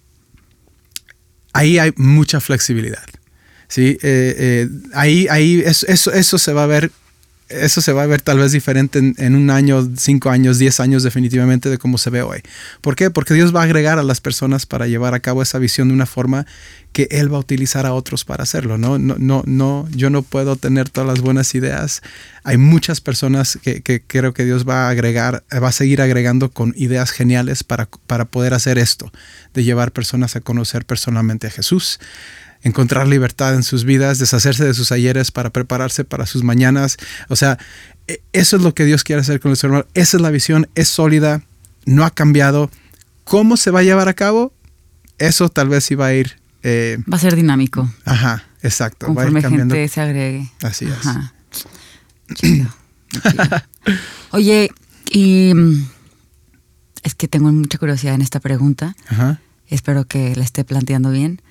ahí hay mucha flexibilidad. Sí, eh, eh, ahí, ahí eso, eso, eso se va a ver, eso se va a ver tal vez diferente en, en un año, cinco años, diez años definitivamente de cómo se ve hoy. ¿Por qué? Porque Dios va a agregar a las personas para llevar a cabo esa visión de una forma que Él va a utilizar a otros para hacerlo, ¿no? No, no, no, yo no puedo tener todas las buenas ideas. Hay muchas personas que, que creo que Dios va a agregar, va a seguir agregando con ideas geniales para, para poder hacer esto, de llevar personas a conocer personalmente a Jesús, encontrar libertad en sus vidas, deshacerse de sus ayeres para prepararse para sus mañanas. O sea, eso es lo que Dios quiere hacer con el ser humano. Esa es la visión, es sólida, no ha cambiado. ¿Cómo se va a llevar a cabo? Eso tal vez sí va a ir... Eh, va a ser dinámico. Ajá, exacto. Conforme va a ir cambiando. Gente se agregue. Así es. Ajá. Chido, chido. Oye, y es que tengo mucha curiosidad en esta pregunta. Ajá. Espero que la esté planteando bien.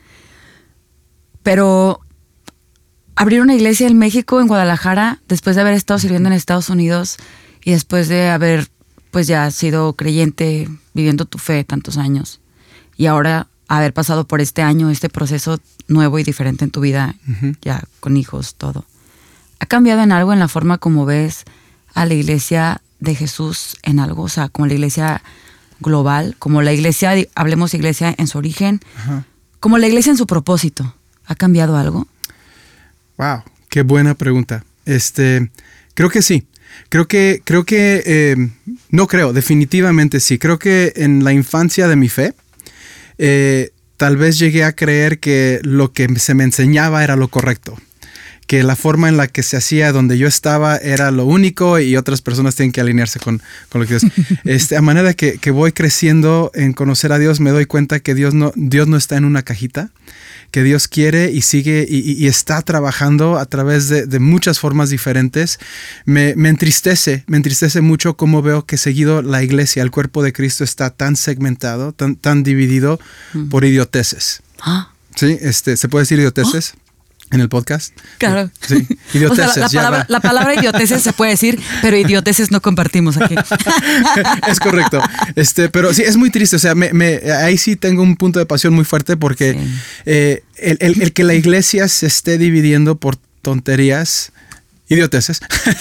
Pero abrir una iglesia en México, en Guadalajara, después de haber estado sirviendo en Estados Unidos y después de haber pues ya has sido creyente, viviendo tu fe tantos años, y ahora haber pasado por este año, este proceso nuevo y diferente en tu vida, uh-huh. ya con hijos, todo, ¿ha cambiado en algo en la forma como ves a la iglesia de Jesús en algo? O sea, como la iglesia global, como la iglesia, hablemos iglesia en su origen, uh-huh. como la iglesia en su propósito. ¿Ha cambiado algo? Wow, qué buena pregunta. Este, creo que sí. Creo que, creo que, eh, no creo, definitivamente sí. Creo que en la infancia de mi fe, eh, tal vez llegué a creer que lo que se me enseñaba era lo correcto. Que la forma en la que se hacía donde yo estaba era lo único y otras personas tienen que alinearse con, con lo que Dios. Este, a manera que, que voy creciendo en conocer a Dios, me doy cuenta que Dios no, Dios no está en una cajita, que Dios quiere y sigue y, y está trabajando a través de, de muchas formas diferentes. Me, me entristece, me entristece mucho cómo veo que seguido la iglesia, el cuerpo de Cristo está tan segmentado, tan, tan dividido mm. por idioteces. ¿Ah? ¿Sí? Este, ¿se puede decir idioteces? ¿Oh? ¿En el podcast? Claro. Sí, idioteces. O sea, la, la, palabra, la palabra idioteces se puede decir, pero idioteces no compartimos aquí. Es correcto. Este, pero sí, es muy triste. O sea, me, me, ahí sí tengo un punto de pasión muy fuerte porque sí. eh, el, el, el que la iglesia se esté dividiendo por tonterías, idioteces,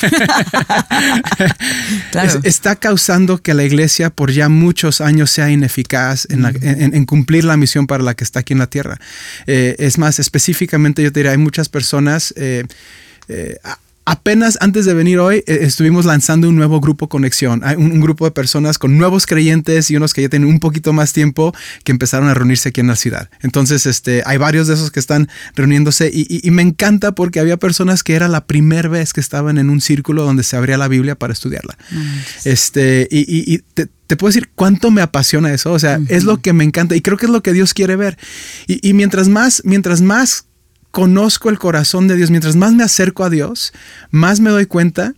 claro. es, está causando que la iglesia por ya muchos años sea ineficaz en, la, en, en cumplir la misión para la que está aquí en la tierra. Eh, es más, específicamente yo te diría, hay muchas personas... Eh, eh, Apenas antes de venir hoy eh, estuvimos lanzando un nuevo grupo Conexión, Hay un, un grupo de personas con nuevos creyentes y unos que ya tienen un poquito más tiempo que empezaron a reunirse aquí en la ciudad. Entonces este, hay varios de esos que están reuniéndose y, y, y me encanta porque había personas que era la primera vez que estaban en un círculo donde se abría la Biblia para estudiarla. Mm. Este, y y, y te, te puedo decir cuánto me apasiona eso, o sea, uh-huh. es lo que me encanta y creo que es lo que Dios quiere ver. Y, y mientras más, mientras más conozco el corazón de Dios, mientras más me acerco a Dios, más me doy cuenta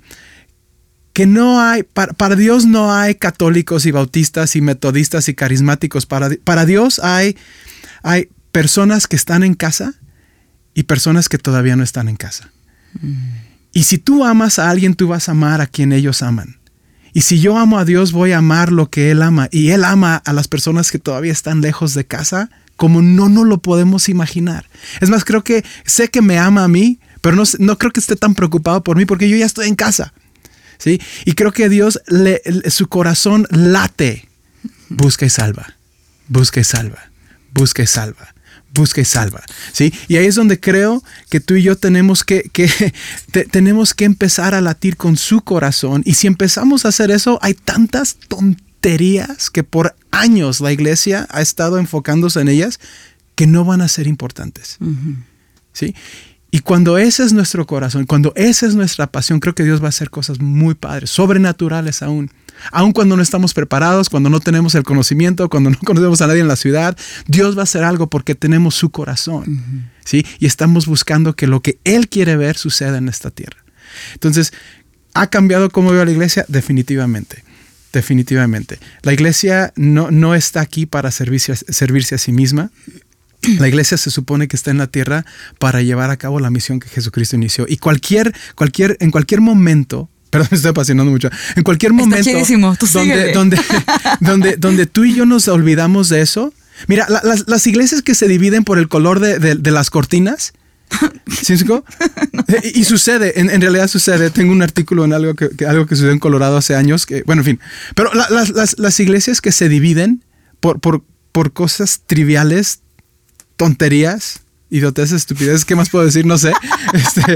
que no hay, para, para Dios no hay católicos y bautistas y metodistas y carismáticos. Para, para Dios hay, hay personas que están en casa y personas que todavía no están en casa. Mm. Y si tú amas a alguien, tú vas a amar a quien ellos aman. Y si yo amo a Dios, voy a amar lo que Él ama. Y Él ama a las personas que todavía están lejos de casa como no nos lo podemos imaginar. Es más, creo que sé que me ama a mí, pero no, no creo que esté tan preocupado por mí porque yo ya estoy en casa. ¿Sí? Y creo que Dios, le, le, su corazón late. Busca y salva. Busca y salva. Busca y salva. Busca y salva. ¿Sí? Y ahí es donde creo que tú y yo tenemos que, que, te, tenemos que empezar a latir con su corazón. Y si empezamos a hacer eso, hay tantas tonterías que por años la iglesia ha estado enfocándose en ellas que no van a ser importantes. Uh-huh. ¿Sí? Y cuando ese es nuestro corazón, cuando esa es nuestra pasión, creo que Dios va a hacer cosas muy padres, sobrenaturales aún. Aún cuando no estamos preparados, cuando no tenemos el conocimiento, cuando no conocemos a nadie en la ciudad, Dios va a hacer algo porque tenemos su corazón. Uh-huh. ¿Sí? Y estamos buscando que lo que Él quiere ver suceda en esta tierra. Entonces, ¿ha cambiado cómo veo a la iglesia? Definitivamente. Definitivamente. La iglesia no, no está aquí para servirse, servirse a sí misma. La iglesia se supone que está en la tierra para llevar a cabo la misión que Jesucristo inició. Y cualquier, cualquier, en cualquier momento, perdón, me estoy apasionando mucho, en cualquier momento donde, donde, donde, donde tú y yo nos olvidamos de eso. Mira, la, las, las iglesias que se dividen por el color de, de, de las cortinas, ¿sí? No. Y, y sucede, en, en realidad sucede. Tengo un artículo en algo que, que, algo que sucedió en Colorado hace años, que, bueno, en fin. Pero la, las, las, las iglesias que se dividen por, por, por cosas triviales, tonterías, idioteces, estupideces, ¿qué más puedo decir? No sé. Este,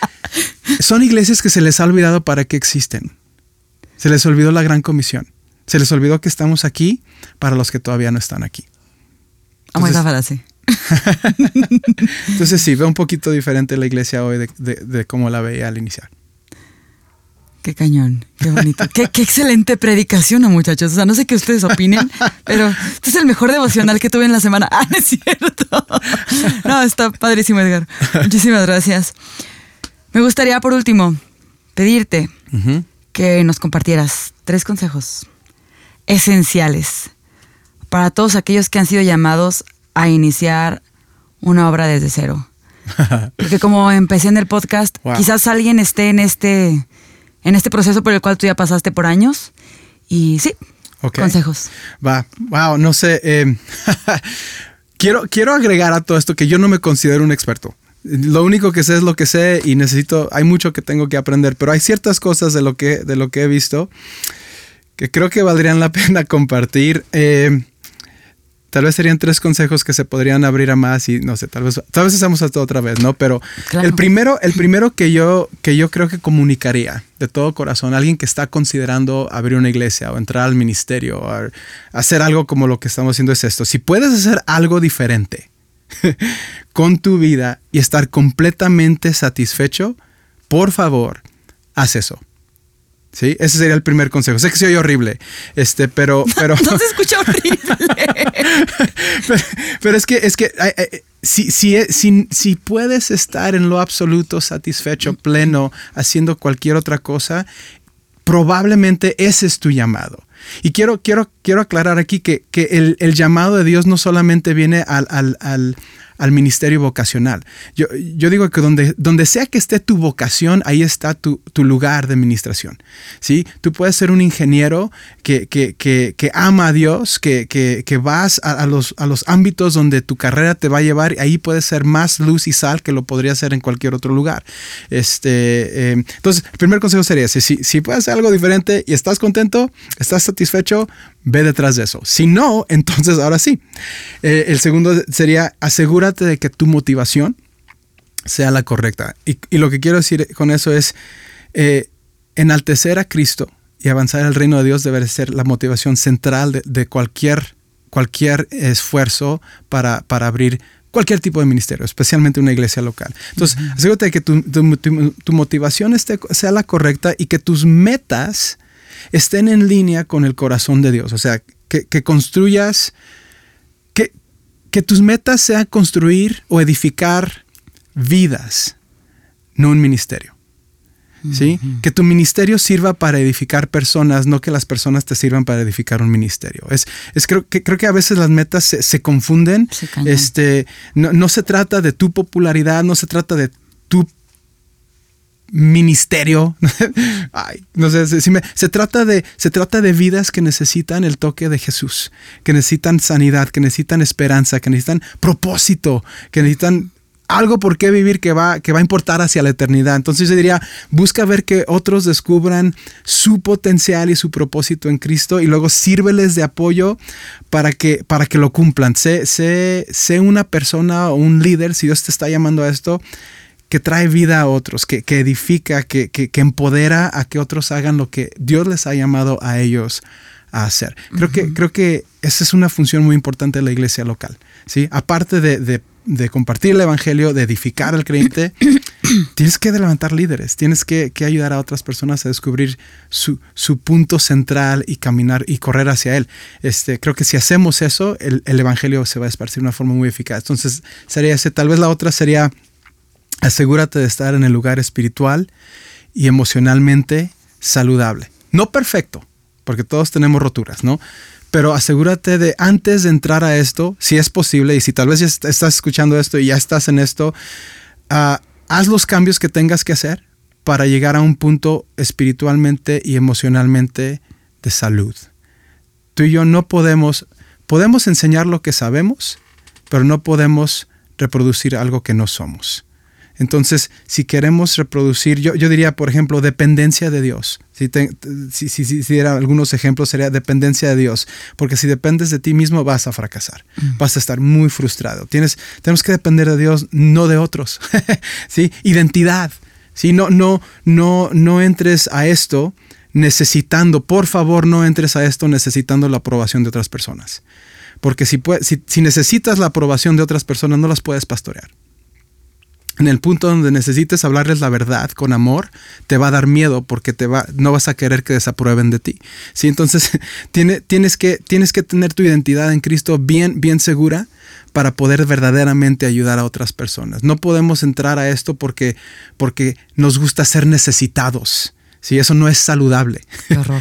son iglesias que se les ha olvidado para qué existen. Se les olvidó la gran comisión. Se les olvidó que estamos aquí para los que todavía no están aquí. Amo esa frase. Entonces sí, veo un poquito diferente la iglesia hoy de, de, de cómo la veía al iniciar. Qué cañón, qué bonito. qué, qué excelente predicación, muchachos. O sea, no sé qué ustedes opinen, pero este es el mejor devocional que tuve en la semana. Ah, no es cierto. No, está padrísimo, Edgar. Muchísimas gracias. Me gustaría, por último, pedirte uh-huh. que nos compartieras tres consejos esenciales para todos aquellos que han sido llamados a iniciar una obra desde cero. Porque como empecé en el podcast, wow. quizás alguien esté en este... en este proceso por el cual tú ya pasaste por años Y sí, okay. consejos. Va, wow, no sé. Eh, quiero, quiero agregar a todo esto que yo no me considero un experto. Lo único que sé es lo que sé y necesito, hay mucho que tengo que aprender, pero hay ciertas cosas de lo que, de lo que he visto que creo que valdrían la pena compartir. Eh, tal vez serían tres consejos que se podrían abrir a más y no sé, tal vez, tal vez hacemos esto otra vez, ¿no? Pero claro. el primero, el primero que yo, que yo creo que comunicaría de todo corazón a alguien que está considerando abrir una iglesia o entrar al ministerio o hacer algo como lo que estamos haciendo es esto. Si puedes hacer algo diferente con tu vida y estar completamente satisfecho, por favor, haz eso. ¿Sí? Ese sería el primer consejo. Sé que soy horrible, este, pero... pero no se escucha horrible. pero, pero es que, es que ay, ay, si, si, si, si puedes estar en lo absoluto satisfecho, pleno, haciendo cualquier otra cosa, probablemente ese es tu llamado. Y quiero, quiero, quiero aclarar aquí que, que el, el llamado de Dios no solamente viene al, al, al, al ministerio vocacional. Yo, yo digo que donde, donde sea que esté tu vocación, ahí está tu, tu lugar de administración. ¿Sí? Tú puedes ser un ingeniero que, que, que, que ama a Dios, que, que, que vas a, a, los, a los ámbitos donde tu carrera te va a llevar, y ahí puedes ser más luz y sal que lo podría ser en cualquier otro lugar. Este, eh, entonces, el primer consejo sería, si, si, si puedes hacer algo diferente y estás contento, estás satisfecho, ve detrás de eso. Si no, entonces ahora sí. Eh, el segundo sería, asegúrate de que tu motivación sea la correcta. Y, y lo que quiero decir con eso es, eh, enaltecer a Cristo y avanzar al reino de Dios debe ser la motivación central de, de cualquier, cualquier esfuerzo para, para abrir cualquier tipo de ministerio, especialmente una iglesia local. Entonces, uh-huh. asegúrate de que tu, tu, tu, tu motivación esté, sea la correcta y que tus metas estén en línea con el corazón de Dios. O sea, que, que construyas, que, que tus metas sean construir o edificar vidas, no un ministerio. ¿Sí? Uh-huh. Que tu ministerio sirva para edificar personas, no que las personas te sirvan para edificar un ministerio. Es, es creo, que, creo que a veces las metas se, se confunden. Se este, no, no se trata de tu popularidad, no se trata de tu ministerio. Ay, no sé, si me, se, trata de, se trata de vidas que necesitan el toque de Jesús, que necesitan sanidad, que necesitan esperanza, que necesitan propósito, que necesitan algo por qué vivir que va, que va a importar hacia la eternidad. Entonces yo diría, busca ver que otros descubran su potencial y su propósito en Cristo y luego sírveles de apoyo para que, para que lo cumplan. Sé, sé, sé una persona o un líder, si Dios te está llamando a esto, que trae vida a otros, que, que edifica, que, que, que empodera a que otros hagan lo que Dios les ha llamado a ellos a hacer. Creo, uh-huh. que, creo que esa es una función muy importante de la iglesia local, ¿sí? Aparte de, de, de compartir el evangelio, de edificar al creyente, tienes que levantar líderes, tienes que, que ayudar a otras personas a descubrir su, su punto central y caminar y correr hacia él. Este, creo que si hacemos eso, el, el evangelio se va a esparcir de una forma muy eficaz. Entonces, sería ese. Tal vez la otra sería, asegúrate de estar en el lugar espiritual y emocionalmente saludable. No perfecto, porque todos tenemos roturas, ¿no? Pero asegúrate de, antes de entrar a esto, si es posible, y si tal vez ya estás escuchando esto y ya estás en esto, uh, haz los cambios que tengas que hacer para llegar a un punto espiritualmente y emocionalmente de salud. Tú y yo no podemos, podemos enseñar lo que sabemos, pero no podemos reproducir algo que no somos. Entonces, si queremos reproducir, yo, yo diría, por ejemplo, dependencia de Dios. Si, te, si, si, si, si diera algunos ejemplos, sería dependencia de Dios. Porque si dependes de ti mismo, vas a fracasar. Mm. Vas a estar muy frustrado. Tienes, tenemos que depender de Dios, no de otros. ¿Sí? Identidad. ¿Sí? No, no, no, no entres a esto necesitando, por favor, no entres a esto necesitando la aprobación de otras personas. Porque si, puede, si, si necesitas la aprobación de otras personas, no las puedes pastorear. En el punto donde necesites hablarles la verdad con amor, te va a dar miedo porque te va, no vas a querer que desaprueben de ti. ¿Sí? Entonces, tiene, tienes, que, tienes que tener tu identidad en Cristo bien, bien segura para poder verdaderamente ayudar a otras personas. No podemos entrar a esto porque, porque nos gusta ser necesitados. Sí, eso no es saludable. Qué horror.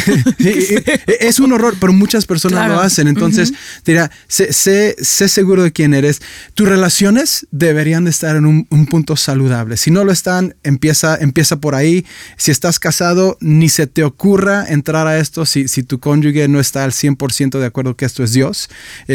Es un horror, pero muchas personas claro. lo hacen. Entonces, uh-huh. dirá, sé, sé, sé seguro de quién eres. Tus relaciones deberían de estar en un, un punto saludable. Si no lo están, empieza, empieza por ahí. Si estás casado, ni se te ocurra entrar a esto si, si tu cónyuge no está al cien por ciento de acuerdo que esto es Dios.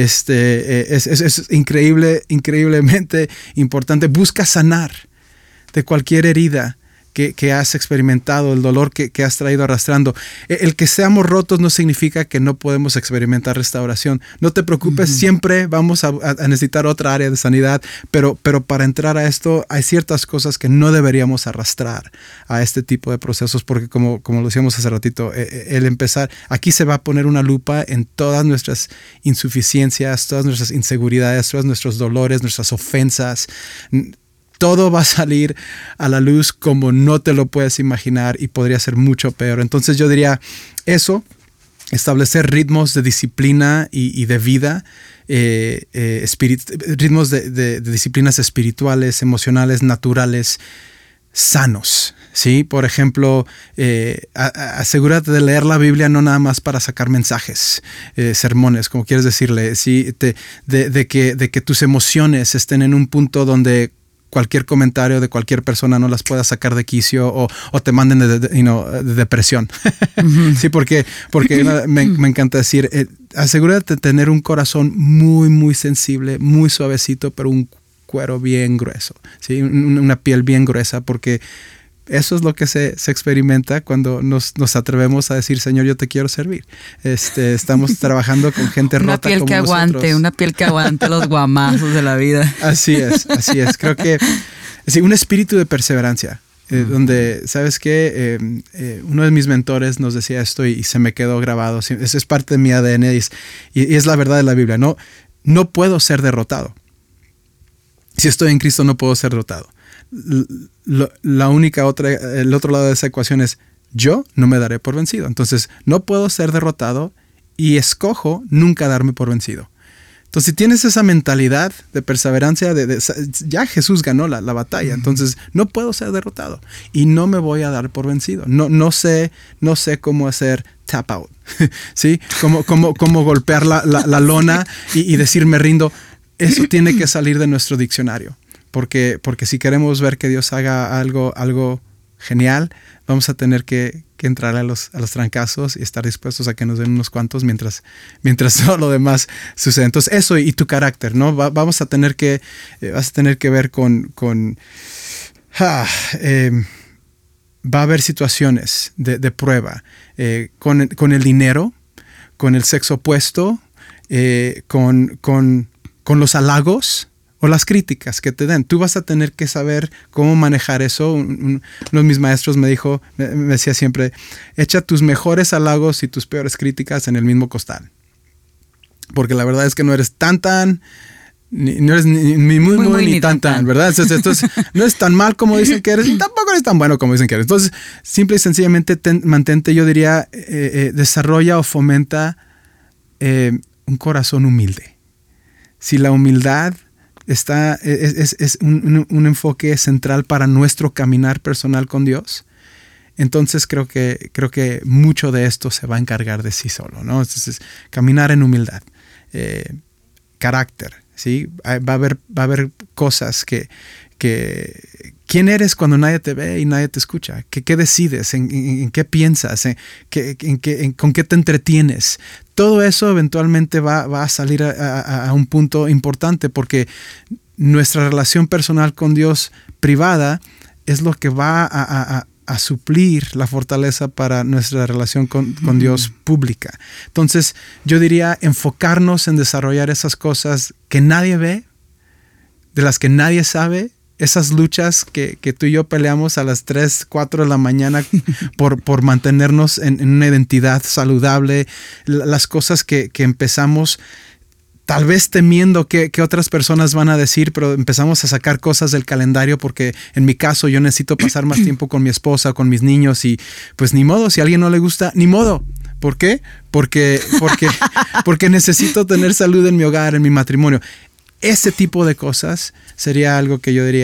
Este, es, es, es increíble, increíblemente importante. Busca sanar de cualquier herida Que, que has experimentado, el dolor que, que has traído arrastrando. El que seamos rotos no significa que no podemos experimentar restauración. No te preocupes, uh-huh. siempre vamos a, a necesitar otra área de sanidad, pero, pero para entrar a esto hay ciertas cosas que no deberíamos arrastrar a este tipo de procesos, porque como, como lo decíamos hace ratito, el empezar, aquí se va a poner una lupa en todas nuestras insuficiencias, todas nuestras inseguridades, todos nuestros dolores, nuestras ofensas. Todo va a salir a la luz como no te lo puedes imaginar y podría ser mucho peor. Entonces yo diría eso, establecer ritmos de disciplina y, y de vida, eh, eh, espirit- ritmos de, de, de disciplinas espirituales, emocionales, naturales, sanos. ¿Sí? Por ejemplo, eh, a, a, asegúrate de leer la Biblia no nada más para sacar mensajes, eh, sermones, como quieres decirle, ¿sí? Te, de, de, que, de que tus emociones estén en un punto donde cualquier comentario de cualquier persona no las pueda sacar de quicio o, o te manden de, de, you know, de depresión. Uh-huh. Sí, porque, porque me, me encanta decir, eh, asegúrate de tener un corazón muy, muy sensible, muy suavecito, pero un cuero bien grueso, ¿sí? Una piel bien gruesa, porque eso es lo que se, se experimenta cuando nos, nos atrevemos a decir, Señor, yo te quiero servir. Este, estamos trabajando con gente una rota piel como que aguante, nosotros. Una piel que aguante los guamazos de la vida. Así es, así es. Creo que sí, un espíritu de perseverancia, eh, uh-huh. donde, ¿sabes qué? Eh, eh, uno de mis mentores nos decía esto y, y se me quedó grabado. Eso es parte de mi A D N y es, y es la verdad de la Biblia. No, no puedo ser derrotado. Si estoy en Cristo, no puedo ser derrotado. La única otra, el otro lado de esa ecuación es yo no me daré por vencido. Entonces no puedo ser derrotado y escojo nunca darme por vencido. Entonces si tienes esa mentalidad de perseverancia, de, de, ya Jesús ganó la, la batalla. Entonces no puedo ser derrotado y no me voy a dar por vencido. No, no sé, no sé cómo hacer tap out, ¿sí? Cómo, cómo, cómo golpear la, la, la lona y, y decir me rindo. Eso tiene que salir de nuestro diccionario. Porque, porque si queremos ver que Dios haga algo, algo genial, vamos a tener que, que entrar a los, a los trancazos y estar dispuestos a que nos den unos cuantos mientras, mientras todo lo demás sucede. Entonces eso y, y tu carácter, ¿no? Va, vamos a tener que, eh, vas a tener que ver con, con ah, eh, va a haber situaciones de, de prueba eh, con, con el dinero, con el sexo opuesto, eh, con, con, con los halagos o las críticas que te den. Tú vas a tener que saber cómo manejar eso. Un, un, uno de mis maestros me dijo, me, me decía siempre, echa tus mejores halagos y tus peores críticas en el mismo costal. Porque la verdad es que no eres tan tan, ni, no eres ni, ni muy muy, muy, muy ni, ni tan tan, tan, ¿verdad? Entonces, entonces no es tan mal como dicen que eres y tampoco eres tan bueno como dicen que eres. Entonces, simple y sencillamente ten, mantente, yo diría, eh, eh, desarrolla o fomenta eh, un corazón humilde. Si la humildad Está, es, es, es un, un enfoque central para nuestro caminar personal con Dios, entonces creo que, creo que mucho de esto se va a encargar de sí solo, ¿no? Entonces, caminar en humildad, eh, carácter, ¿sí? Va a haber, va a haber cosas que, que... ¿Quién eres cuando nadie te ve y nadie te escucha? ¿Qué, qué decides? ¿En, en, en qué piensas? ¿En, qué, en, qué, en, ¿Con qué te entretienes? Todo eso eventualmente va, va a salir a, a, a un punto importante porque nuestra relación personal con Dios privada es lo que va a, a, a suplir la fortaleza para nuestra relación con, con Dios pública. Entonces yo diría enfocarnos en desarrollar esas cosas que nadie ve, de las que nadie sabe, esas luchas que, que tú y yo peleamos a las tres, cuatro de la mañana por, por mantenernos en, en una identidad saludable, las cosas que, que empezamos tal vez temiendo que, que otras personas van a decir, pero empezamos a sacar cosas del calendario porque en mi caso yo necesito pasar más tiempo con mi esposa, con mis niños y pues ni modo, si a alguien no le gusta, ni modo. ¿Por qué? Porque, porque, porque necesito tener salud en mi hogar, en mi matrimonio. Ese tipo de cosas sería algo que yo diría,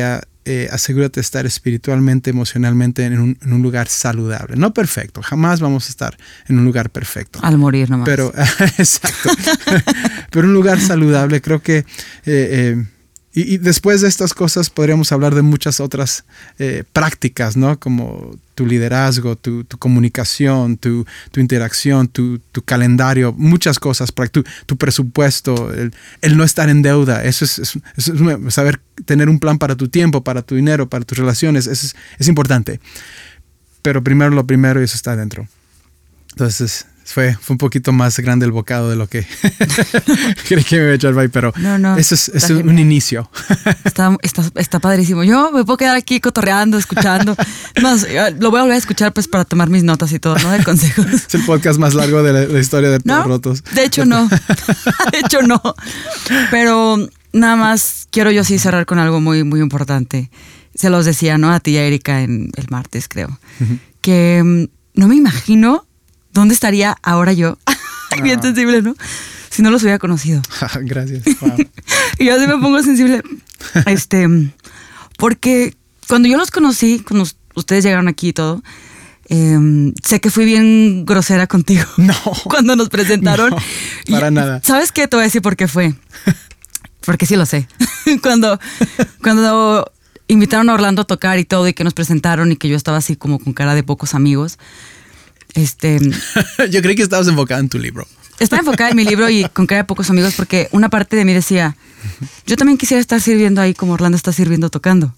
eh, asegúrate de estar espiritualmente, emocionalmente en un, en un lugar saludable. No perfecto, jamás vamos a estar en un lugar perfecto. Al morir nomás. Pero, exacto. Pero un lugar saludable, creo que... Eh, eh, y, y después de estas cosas podríamos hablar de muchas otras eh, prácticas, ¿no? Como tu liderazgo, tu, tu comunicación, tu, tu interacción, tu, tu calendario, muchas cosas, tu, tu presupuesto, el, el no estar en deuda. Eso es, es, es saber tener un plan para tu tiempo, para tu dinero, para tus relaciones. Eso es, es importante. Pero primero lo primero y eso está adentro. Entonces... Fue, fue un poquito más grande el bocado de lo que creí que me iba a echar ahí, pero no, no, eso es, es un, un inicio. Está, está, está padrísimo. Yo me puedo quedar aquí cotorreando, escuchando. Más, lo voy a volver a escuchar pues para tomar mis notas y todo, ¿no? De consejos. Es el podcast más largo de la, la historia de Todos ¿No? Rotos. De hecho no. De hecho no. Pero nada más quiero yo sí cerrar con algo muy, muy importante. Se los decía, ¿no? A ti y a Erika en el martes, creo. Uh-huh. Que um, no me imagino ¿dónde estaría ahora yo? Bien sensible, ¿no? Si no los hubiera conocido. Gracias. Wow. Y yo así me pongo sensible. Este, porque cuando yo los conocí, cuando ustedes llegaron aquí y todo, eh, sé que fui bien grosera contigo. No. Cuando nos presentaron. No, para y, nada. ¿Sabes qué? Te voy a decir por qué fue. Porque sí lo sé. cuando, cuando invitaron a Orlando a tocar y todo, y que nos presentaron y que yo estaba así como con cara de pocos amigos. Este, Yo creí que estabas enfocada en tu libro. Estaba enfocada en mi libro y con cara de pocos amigos porque una parte de mí decía, yo también quisiera estar sirviendo ahí como Orlando está sirviendo tocando.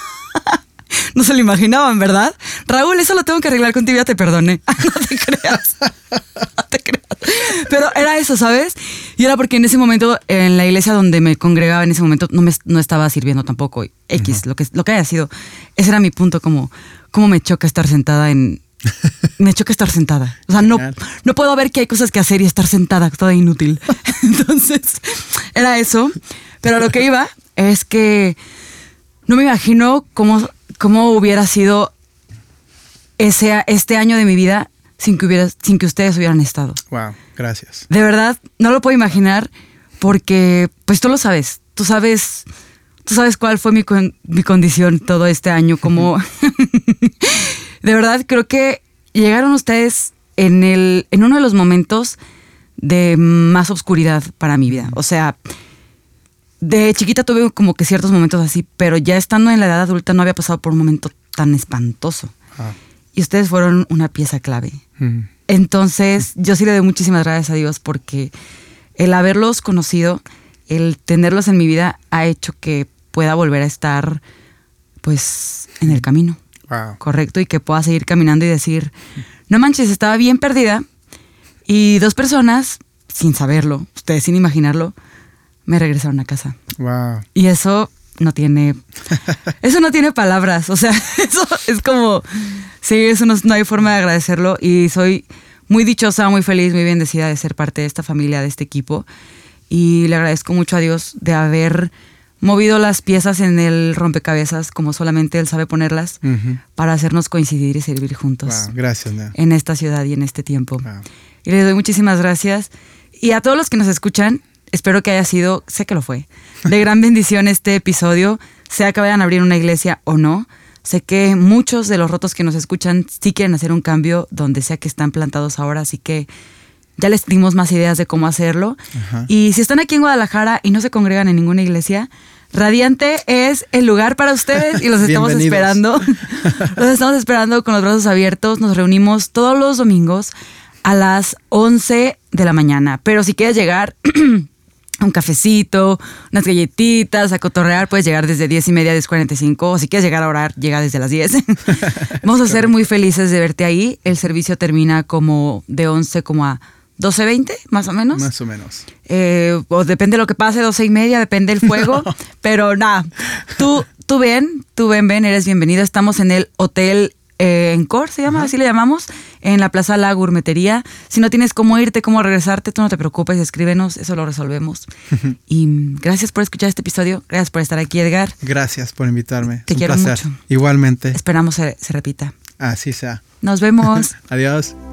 No se lo imaginaban, ¿verdad? Raúl, eso lo tengo que arreglar contigo, ya te perdoné. No te creas. No te creas. Pero era eso, ¿sabes? Y era porque en ese momento, en la iglesia donde me congregaba, en ese momento no, me, no estaba sirviendo tampoco. X, uh-huh. lo, que, lo que haya sido. Ese era mi punto, como, como me choca estar sentada en... Me choca estar sentada. O sea, no, no puedo ver que hay cosas que hacer y estar sentada, toda inútil. Entonces, era eso. Pero lo que iba es que no me imagino cómo, cómo hubiera sido ese, este año de mi vida sin que, hubiera, sin que ustedes hubieran estado. Wow, gracias. De verdad, no lo puedo imaginar porque, pues tú lo sabes. Tú sabes, tú sabes cuál fue mi, mi condición todo este año, como... De verdad, creo que llegaron ustedes en, el, en uno de los momentos de más oscuridad para mi vida. O sea, de chiquita tuve como que ciertos momentos así, pero ya estando en la edad adulta no había pasado por un momento tan espantoso. Ah. Y ustedes fueron una pieza clave. Mm. Entonces, yo sí le doy muchísimas gracias a Dios porque el haberlos conocido, el tenerlos en mi vida, ha hecho que pueda volver a estar, pues, en el camino. Wow. Correcto, y que pueda seguir caminando y decir, no manches, estaba bien perdida y dos personas, sin saberlo, ustedes sin imaginarlo, me regresaron a casa. Wow. Y eso no tiene, eso no tiene palabras, o sea, eso es como, sí, eso no, no hay forma de agradecerlo y soy muy dichosa, muy feliz, muy bendecida de ser parte de esta familia, de este equipo y le agradezco mucho a Dios de haber movido las piezas en el rompecabezas como solamente Él sabe ponerlas uh-huh. para hacernos coincidir y servir juntos. Wow, gracias, Nea. En esta ciudad y en este tiempo. Wow. Y les doy muchísimas gracias. Y a todos los que nos escuchan, espero que haya sido, sé que lo fue, de gran bendición este episodio, sea que vayan a abrir una iglesia o no. Sé que muchos de los rotos que nos escuchan sí quieren hacer un cambio donde sea que están plantados ahora, así que ya les dimos más ideas de cómo hacerlo. Uh-huh. Y si están aquí en Guadalajara y no se congregan en ninguna iglesia, Radiante es el lugar para ustedes y los estamos esperando. Los estamos esperando con los brazos abiertos. Nos reunimos todos los domingos a las once de la mañana. Pero si quieres llegar a un cafecito, unas galletitas, a cotorrear, puedes llegar desde diez y media, diez cuarenta y cinco. O si quieres llegar a orar, llega desde las diez. Vamos a ser muy felices de verte ahí. El servicio termina como de once como a doce veinte, más o menos. Más o menos. Eh, o depende de lo que pase, doce y media, depende del fuego. No. Pero nada, tú, tú ven, tú ven, ven, eres bienvenido. Estamos en el Hotel eh, Encore, se llama, uh-huh. así le llamamos, en la Plaza La Gourmetería. Si no tienes cómo irte, cómo regresarte, tú no te preocupes, escríbenos, eso lo resolvemos. Uh-huh. Y gracias por escuchar este episodio, gracias por estar aquí, Edgar. Gracias por invitarme. Te es quiero un placer. mucho. Igualmente. Esperamos se, se repita. Así sea. Nos vemos. Adiós.